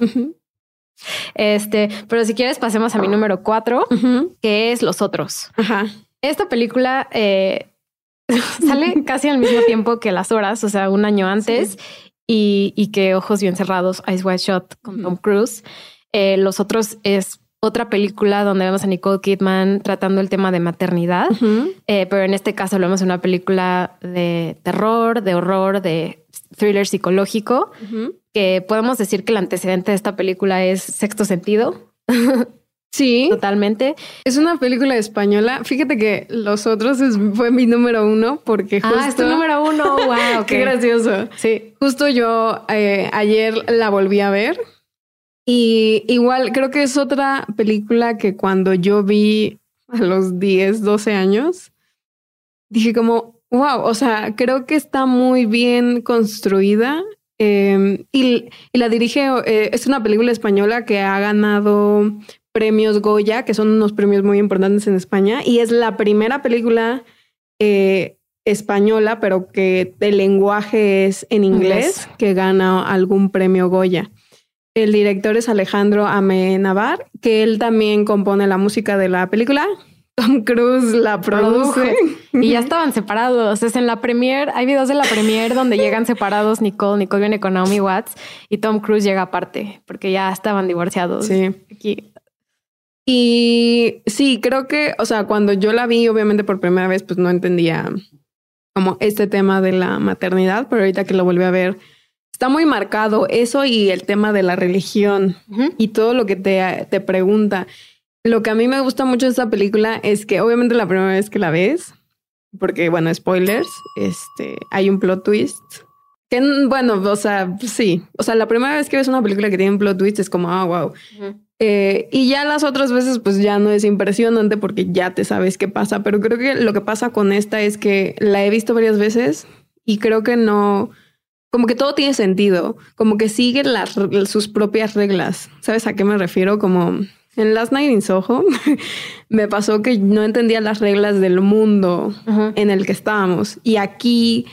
Pero si quieres pasemos a mi número 4, que es Los Otros. Esta película sale casi al mismo tiempo que Las Horas, o sea, un año antes, y que Ojos Bien Cerrados, Eyes Wide Shut con Tom Cruise. Los Otros es otra película donde vemos a Nicole Kidman tratando el tema de maternidad, pero en este caso lo vemos en una película de terror, de horror, de thriller psicológico, que podemos decir que el antecedente de esta película es Sexto Sentido. Sí, totalmente. Es una película española. Fíjate que Los Otros fue mi número 1 porque justo... es tu número 1. Wow, qué gracioso. Sí. Justo yo ayer la volví a ver. Y igual creo que es otra película que cuando yo vi a los 10, 12 años, dije como, wow, o sea, creo que está muy bien construida. Y la dirige, es una película española que ha ganado premios Goya, que son unos premios muy importantes en España, y es la primera película española, pero que el lenguaje es en inglés, que gana algún premio Goya. El director es Alejandro Amenábar, que él también compone la música de la película. Tom Cruise la produce. Y ya estaban separados. Es en la premiere, hay videos de la premiere donde llegan separados Nicole viene con Naomi Watts y Tom Cruise llega aparte porque ya estaban divorciados. Sí. Aquí. Y sí, creo que, o sea, cuando yo la vi, obviamente por primera vez, pues no entendía como este tema de la maternidad, pero ahorita que lo volví a ver, está muy marcado eso y el tema de la religión y todo lo que te pregunta. Lo que a mí me gusta mucho de esta película es que obviamente la primera vez que la ves, porque bueno, spoilers, hay un plot twist. Que bueno, o sea, sí. O sea, la primera vez que ves una película que tiene un plot twist es como, wow. Y ya las otras veces pues ya no es impresionante porque ya te sabes qué pasa. Pero creo que lo que pasa con esta es que la he visto varias veces y creo que no... Como que todo tiene sentido. Como que sigue sus propias reglas. ¿Sabes a qué me refiero? Como... En Last Night in Soho me pasó que no entendía las reglas del mundo en el que estábamos. Y aquí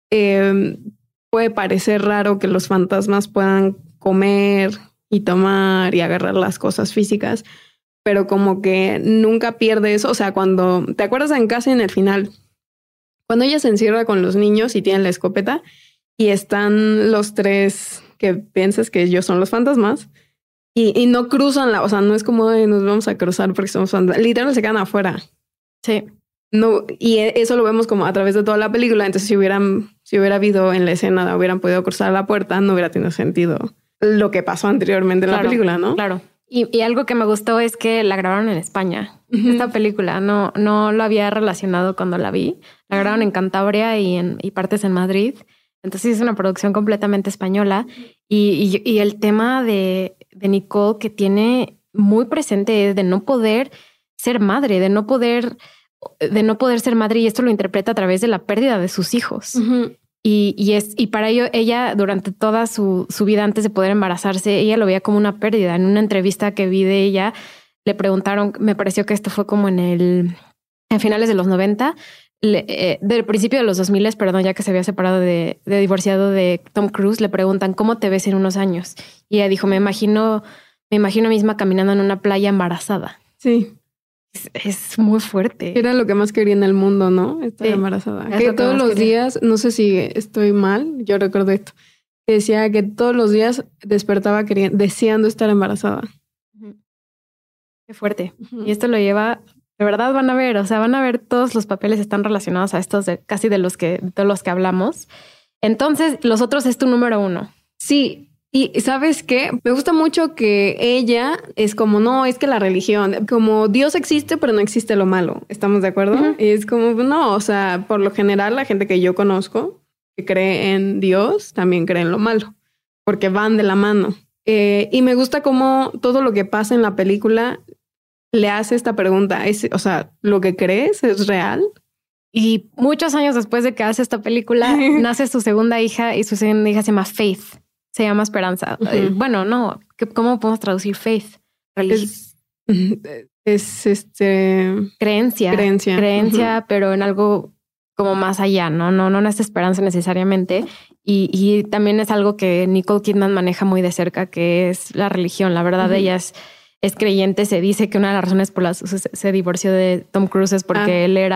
puede parecer raro que los fantasmas puedan comer y tomar y agarrar las cosas físicas, pero como que nunca pierde eso. O sea, cuando te acuerdas en casa en el final, cuando ella se encierra con los niños y tienen la escopeta y están los tres que piensas que ellos son los fantasmas. Y no cruzan o sea, no es como nos vamos a cruzar porque somos fantasmas. Literal se quedan afuera. Sí. No, y eso lo vemos como a través de toda la película. Entonces, si hubiera habido en la escena, hubieran podido cruzar la puerta, no hubiera tenido sentido lo que pasó anteriormente en la película, ¿no? Claro. Y algo que me gustó es que la grabaron en España. Esta película no lo había relacionado cuando la vi. La grabaron en Cantabria y partes en Madrid. Entonces es una producción completamente española. Y el tema de Nicole que tiene muy presente es de no poder ser madre, de no poder ser madre, y esto lo interpreta a través de la pérdida de sus hijos. Y para ello ella durante toda su vida antes de poder embarazarse, ella lo veía como una pérdida. En una entrevista que vi de ella le preguntaron, me pareció que esto fue como en finales de los 90, del principio de los 2000, perdón, ya que se había separado de divorciado de Tom Cruise, le preguntan ¿cómo te ves en unos años? Y ella dijo, me imagino misma caminando en una playa embarazada. Sí. Es muy fuerte. Era lo que más quería en el mundo, ¿no? Estar embarazada. Que todos los días, no sé si estoy mal, yo recuerdo esto, que decía que todos los días despertaba deseando estar embarazada. Qué fuerte. Y esto lo lleva... De verdad van a ver todos los papeles están relacionados a estos casi de los que hablamos. Entonces, los otros es tu número 1. Sí. Y ¿sabes qué? Me gusta mucho que ella es como, no, es que la religión, como Dios existe, pero no existe lo malo. ¿Estamos de acuerdo? Y es como, no, o sea, por lo general la gente que yo conozco que cree en Dios también cree en lo malo, porque van de la mano. Y me gusta cómo todo lo que pasa en la película le hace esta pregunta, o sea, ¿lo que crees es real? Y muchos años después de que hace esta película, nace su segunda hija y su segunda hija se llama Faith, se llama Esperanza. Bueno, no, ¿cómo podemos traducir Faith? Creencia, pero en algo como más allá, no es esperanza necesariamente. Y también es algo que Nicole Kidman maneja muy de cerca, que es la religión. La verdad, ella es creyente. Se dice que una de las razones por las que se divorció de Tom Cruise es porque él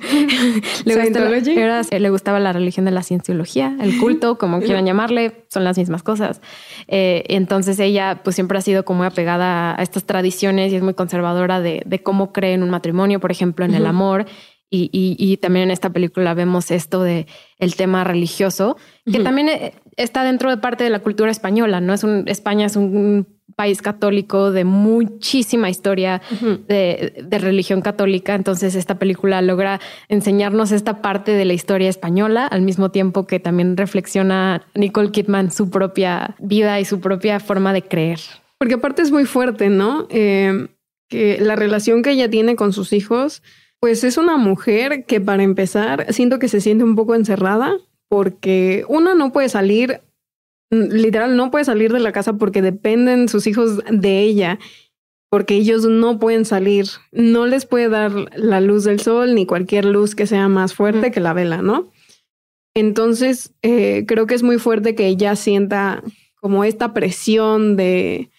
le gustaba la religión de la cienciología, el culto, como quieran llamarle, son las mismas cosas. Entonces ella pues siempre ha sido como muy apegada a estas tradiciones y es muy conservadora de cómo cree en un matrimonio, por ejemplo, en el amor. Y también en esta película vemos esto de el tema religioso, que también está dentro de parte de la cultura española, ¿no? España es un país católico de muchísima historia de religión católica. Entonces esta película logra enseñarnos esta parte de la historia española, al mismo tiempo que también reflexiona Nicole Kidman su propia vida y su propia forma de creer. Porque aparte es muy fuerte, ¿no? Que la relación que ella tiene con sus hijos Pues es una mujer que, para empezar, siento que se siente un poco encerrada porque una no puede salir, literal no puede salir de la casa porque dependen sus hijos de ella, porque ellos no pueden salir, no les puede dar la luz del sol ni cualquier luz que sea más fuerte que la vela, ¿no? Entonces, creo que es muy fuerte que ella sienta como esta presión de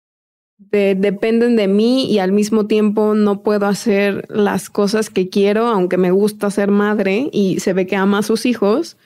dependen de mí y al mismo tiempo no puedo hacer las cosas que quiero, aunque me gusta ser madre y se ve que ama a sus hijos,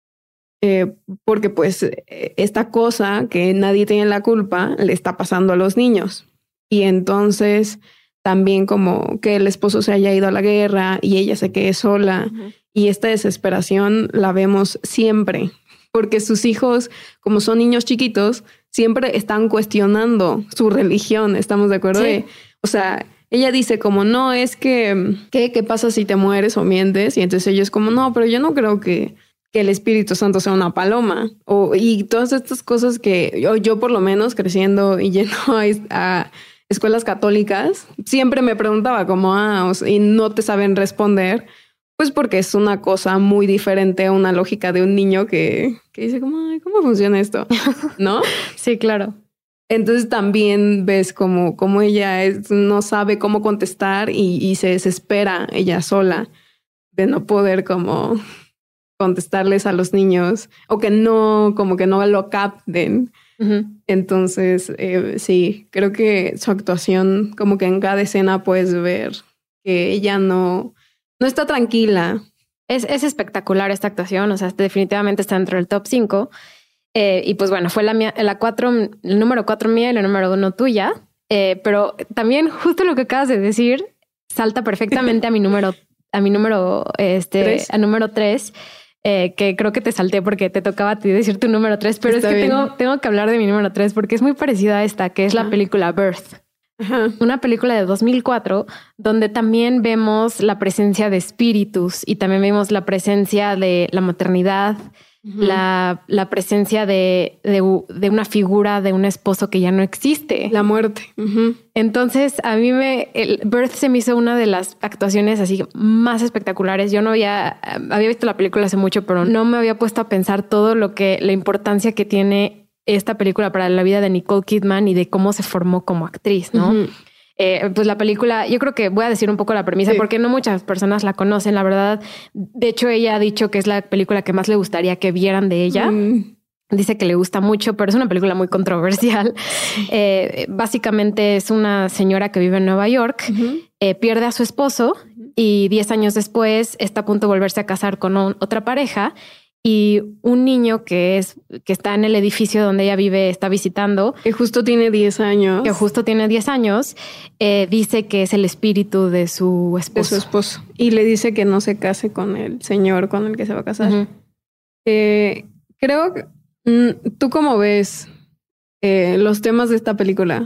porque pues esta cosa que nadie tiene la culpa le está pasando a los niños. Y entonces también como que el esposo se haya ido a la guerra y ella se quede sola. Y esta desesperación la vemos siempre, porque sus hijos, como son niños chiquitos, siempre están cuestionando su religión. ¿Estamos de acuerdo? Sí. O sea, ella dice como, no, es que, ¿qué pasa si te mueres o mientes? Y entonces ellos como, no, pero yo no creo que el Espíritu Santo sea una paloma. Y todas estas cosas que yo por lo menos creciendo y yendo a escuelas católicas, siempre me preguntaba como, y no te saben responder. Pues porque es una cosa muy diferente a una lógica de un niño que dice como, ay, ¿cómo funciona esto? ¿No? Sí, claro. Entonces también ves como ella no sabe cómo contestar y se desespera ella sola de no poder como contestarles a los niños o que no, como que no lo capten. Entonces, sí, creo que su actuación, como que en cada escena puedes ver que ella no está tranquila. Es espectacular esta actuación, o sea, definitivamente está dentro del top 5. Y pues bueno, fue la 4, el número 4 mía y el número 1 tuya. Pero también justo lo que acabas de decir salta perfectamente a mi número, a número 3, que creo que te salté porque te tocaba a ti decir tu número 3, pero está es que tengo que hablar de mi número 3 porque es muy parecida a esta, que es la película Birth. Una película de 2004 donde también vemos la presencia de espíritus y también vemos la presencia de la maternidad, la presencia de una figura de un esposo que ya no existe. La muerte. Entonces a mí Birth se me hizo una de las actuaciones así más espectaculares. Yo no había visto la película hace mucho, pero no me había puesto a pensar la importancia que tiene esta película para la vida de Nicole Kidman y de cómo se formó como actriz, ¿no? Pues la película, yo creo que voy a decir un poco la premisa porque no muchas personas la conocen, la verdad. De hecho, ella ha dicho que es la película que más le gustaría que vieran de ella. Dice que le gusta mucho, pero es una película muy controversial. Básicamente es una señora que vive en Nueva York, pierde a su esposo y 10 años después está a punto de volverse a casar con otra pareja. Y un niño que está en el edificio donde ella vive, está visitando. Que justo tiene 10 años. Dice que es el espíritu de su esposo. De su esposo. Y le dice que no se case con el señor con el que se va a casar. Creo que... ¿Tú cómo ves los temas de esta película?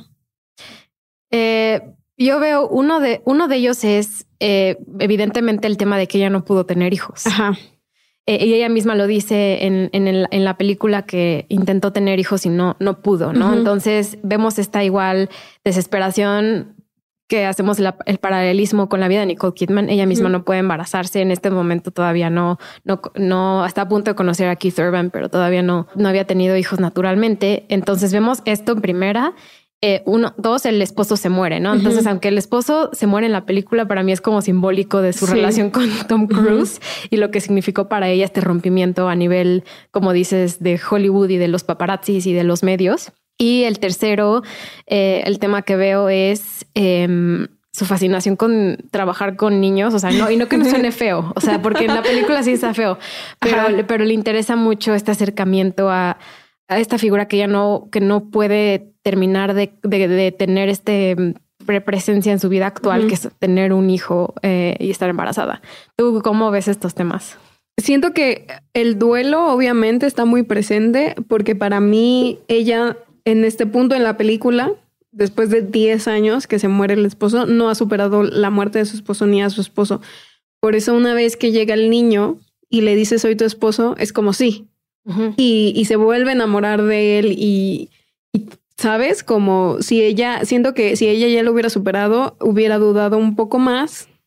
Yo veo uno de ellos es evidentemente el tema de que ella no pudo tener hijos. Y ella misma lo dice en la película que intentó tener hijos y no pudo, ¿no? Entonces vemos esta igual desesperación que hacemos el paralelismo con la vida de Nicole Kidman. Ella misma no puede embarazarse en este momento, todavía no está a punto de conocer a Keith Urban, pero todavía no había tenido hijos naturalmente. Entonces vemos esto en primera. 2, el esposo se muere, ¿no? Entonces, aunque el esposo se muere en la película, para mí es como simbólico de su relación con Tom Cruise y lo que significó para ella este rompimiento a nivel, como dices, de Hollywood y de los paparazzis y de los medios. Y el tercero, el tema que veo es su fascinación con trabajar con niños, o sea, y no que no suene feo, o sea, porque en la película sí está feo, pero le interesa mucho este acercamiento a esta figura que ella no puede terminar de tener presencia en su vida actual, que es tener un hijo y estar embarazada. ¿Tú cómo ves estos temas? Siento que el duelo obviamente está muy presente porque para mí ella en este punto en la película, después de 10 años que se muere el esposo, no ha superado la muerte de su esposo ni a su esposo. Por eso una vez que llega el niño y le dice soy tu esposo, es como sí. Y se vuelve a enamorar de él y ¿sabes? Como siento que si ella ya lo hubiera superado, hubiera dudado un poco más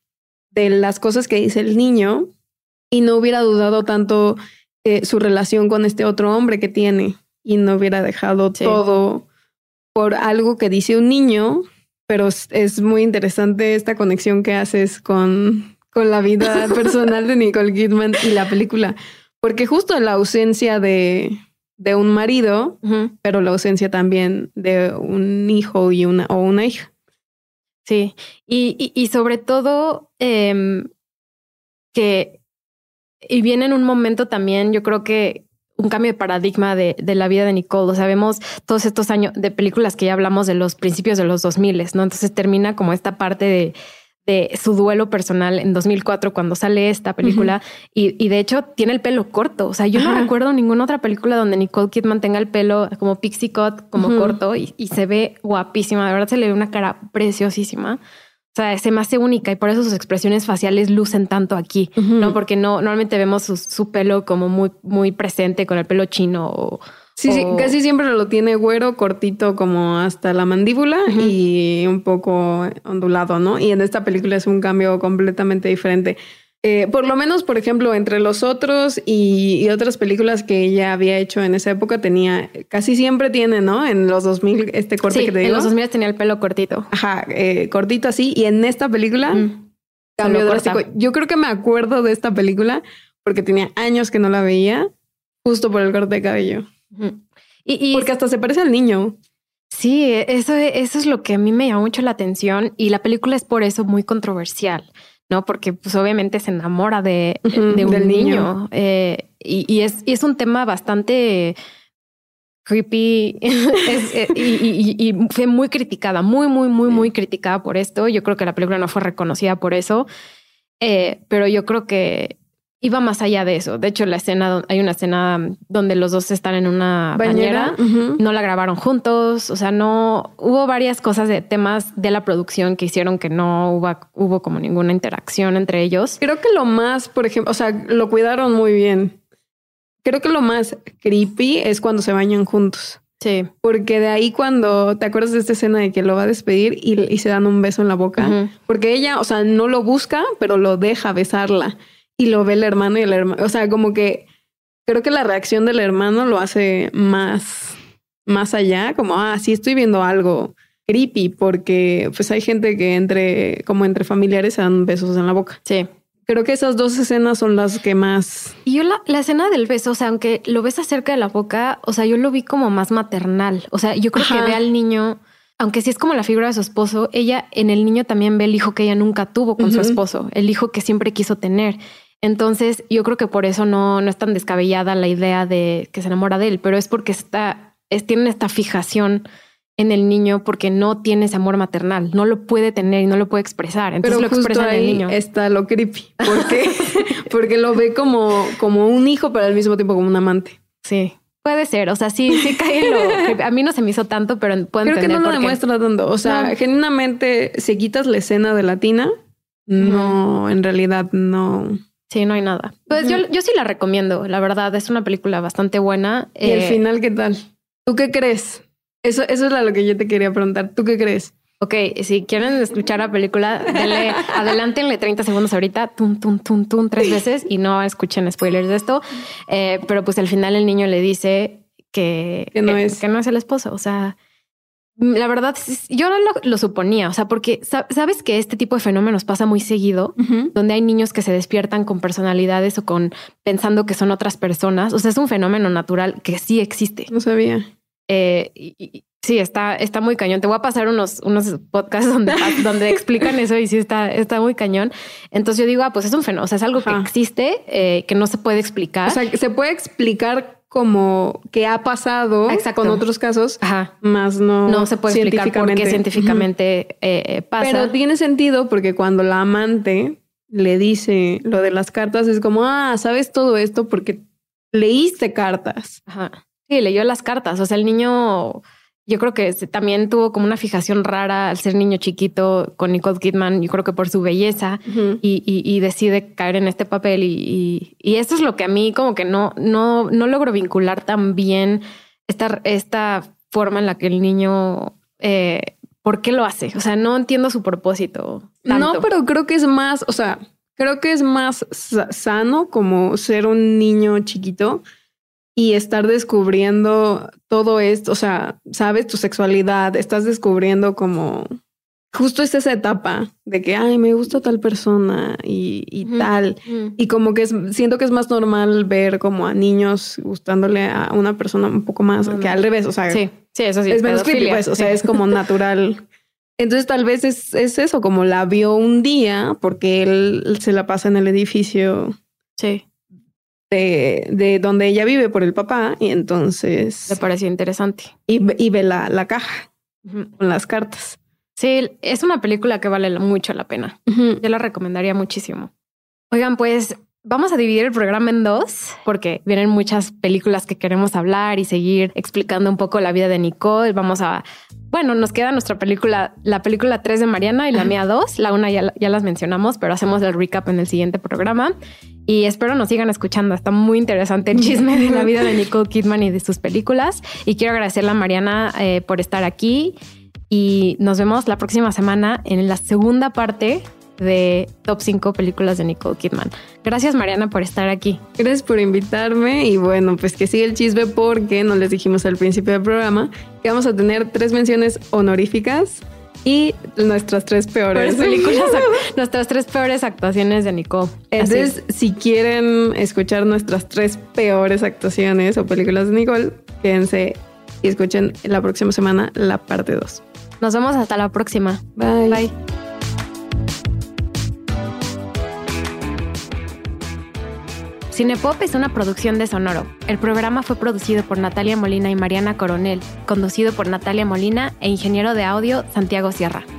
de las cosas que dice el niño y no hubiera dudado tanto su relación con este otro hombre que tiene y no hubiera dejado todo por algo que dice un niño. Pero es muy interesante esta conexión que haces con la vida personal de Nicole Kidman y la película. Porque justo la ausencia de un marido, pero la ausencia también de un hijo y una hija. Sí, y sobre todo que viene en un momento también, yo creo que un cambio de paradigma de la vida de Nicole. O sea, vemos todos estos años de películas que ya hablamos de los principios de los 2000, ¿no? Entonces termina como esta parte de su duelo personal en 2004 cuando sale esta película y de hecho tiene el pelo corto. O sea, yo no recuerdo ninguna otra película donde Nicole Kidman tenga el pelo como pixie cut, como corto y se ve guapísima. De verdad se le ve una cara preciosísima. O sea, se me hace única y por eso sus expresiones faciales lucen tanto aquí, ¿no? Porque normalmente vemos su pelo como muy, muy presente con el pelo chino Sí, casi siempre lo tiene güero, cortito como hasta la mandíbula y un poco ondulado, ¿no? Y en esta película es un cambio completamente diferente. Por lo menos, por ejemplo, entre Los Otros y otras películas que ella había hecho en esa época, casi siempre tiene, ¿no? En los 2000 este corte que te digo. En los 2000 tenía el pelo cortito. Ajá, cortito así. Y en esta película, cambio drástico. Yo creo que me acuerdo de esta película porque tenía años que no la veía, justo por el corte de cabello. Y porque hasta se parece al niño. Sí, eso es lo que a mí me llama mucho la atención y la película es por eso muy controversial, ¿no? Porque pues obviamente se enamora de un niño. Y es un tema bastante creepy y fue muy criticada, muy criticada por esto. Yo creo que la película no fue reconocida por eso, pero yo creo que iba más allá de eso. De hecho, hay una escena donde los dos están en una bañera. No la grabaron juntos. O sea, no hubo varias cosas de temas de la producción que hicieron que no hubo como ninguna interacción entre ellos. Creo que lo más, por ejemplo, o sea, lo cuidaron muy bien. Creo que lo más creepy es cuando se bañan juntos. Sí. Porque de ahí cuando te acuerdas de esta escena de que lo va a despedir y se dan un beso en la boca. Porque ella, o sea, no lo busca, pero lo deja besarla. Y lo ve el hermano y el hermano. O sea, como que creo que la reacción del hermano lo hace más allá. Como, sí estoy viendo algo creepy. Porque pues hay gente que entre familiares se dan besos en la boca. Sí. Creo que esas dos escenas son las que más... Y yo la escena del beso, o sea, aunque lo ves cerca de la boca, o sea, yo lo vi como más maternal. O sea, yo creo que ve al niño... Aunque sí es como la figura de su esposo, ella en el niño también ve el hijo que ella nunca tuvo con su esposo. El hijo que siempre quiso tener. Entonces yo creo que por eso no es tan descabellada la idea de que se enamora de él, pero es porque tienen esta fijación en el niño porque no tiene ese amor maternal, no lo puede tener y no lo puede expresar. Entonces pero lo expresa en el niño. Está lo creepy. ¿Por qué? Porque lo ve como un hijo, pero al mismo tiempo como un amante. Sí. Puede ser, o sea, sí cae en lo... A mí no se me hizo tanto, pero puedo entender. Creo que no lo demuestra tanto. O sea, genuinamente, si quitas la escena de la tina, no, en realidad no... Sí, no hay nada. Pues yo sí la recomiendo, la verdad. Es una película bastante buena. ¿Y el final qué tal? ¿Tú qué crees? Eso es lo que yo te quería preguntar. ¿Tú qué crees? Ok, si quieren escuchar la película, adelántenle 30 segundos ahorita, 3 veces y no escuchen spoilers de esto. Pero pues al final el niño le dice que no es el esposo. O sea, la verdad, yo no lo suponía. O sea, porque sabes que este tipo de fenómenos pasa muy seguido, donde hay niños que se despiertan con personalidades o pensando que son otras personas. O sea, es un fenómeno natural que sí existe. No sabía. Sí, está muy cañón. Te voy a pasar unos podcasts donde explican eso y sí está muy cañón. Entonces yo digo, pues es un fenómeno, o sea, es algo que existe, que no se puede explicar. O sea, que se puede explicar como que ha pasado con otros casos, más no se puede explicar por qué científicamente pasa. Pero tiene sentido porque cuando la amante le dice lo de las cartas es como, sabes todo esto porque leíste cartas. Sí, leyó las cartas. O sea, el niño... Yo creo que también tuvo como una fijación rara al ser niño chiquito con Nicole Kidman. Yo creo que por su belleza y decide caer en este papel. Y eso es lo que a mí como que no logro vincular tan bien esta forma en la que el niño... ¿por qué lo hace? O sea, no entiendo su propósito. tanto. No, pero creo que es más, o sea, creo que es más sano como ser un niño chiquito y estar descubriendo todo esto, o sea, sabes, tu sexualidad, estás descubriendo como justo es esa etapa de que, ay, me gusta tal persona y tal. Y como que siento que es más normal ver como a niños gustándole a una persona un poco más que al revés, o sea, sí, eso sí. Es menos creepy, pues, o sea, es como natural. Entonces tal vez es eso, como la vio un día porque él se la pasa en el edificio. Sí. De donde ella vive por el papá y entonces le pareció interesante y ve la caja con las cartas. Sí, es una película que vale mucho la pena. Yo la recomendaría muchísimo. Oigan, pues vamos a dividir el programa en 2 porque vienen muchas películas que queremos hablar y seguir explicando un poco la vida de Nicole. Nos queda nuestra película, la película 3 de Mariana y la mía 2. La una ya las mencionamos, pero hacemos el recap en el siguiente programa. Y espero nos sigan escuchando. Está muy interesante el chisme de la vida de Nicole Kidman y de sus películas. Y quiero agradecerle a Mariana por estar aquí. Y nos vemos la próxima semana en la segunda parte de Top 5 películas de Nicole Kidman. Gracias, Mariana, por estar aquí. Gracias por invitarme y bueno, pues que sigue el chisme porque no les dijimos al principio del programa que vamos a tener 3 menciones honoríficas y nuestras 3 peores películas, nuestras 3 peores actuaciones de Nicole. Entonces, si quieren escuchar nuestras 3 peores actuaciones o películas de Nicole, quédense y escuchen la próxima semana la parte 2. Nos vemos hasta la próxima. Bye. Bye. Cinepop es una producción de Sonoro. El programa fue producido por Natalia Molina y Mariana Coronel, conducido por Natalia Molina e ingeniero de audio Santiago Sierra.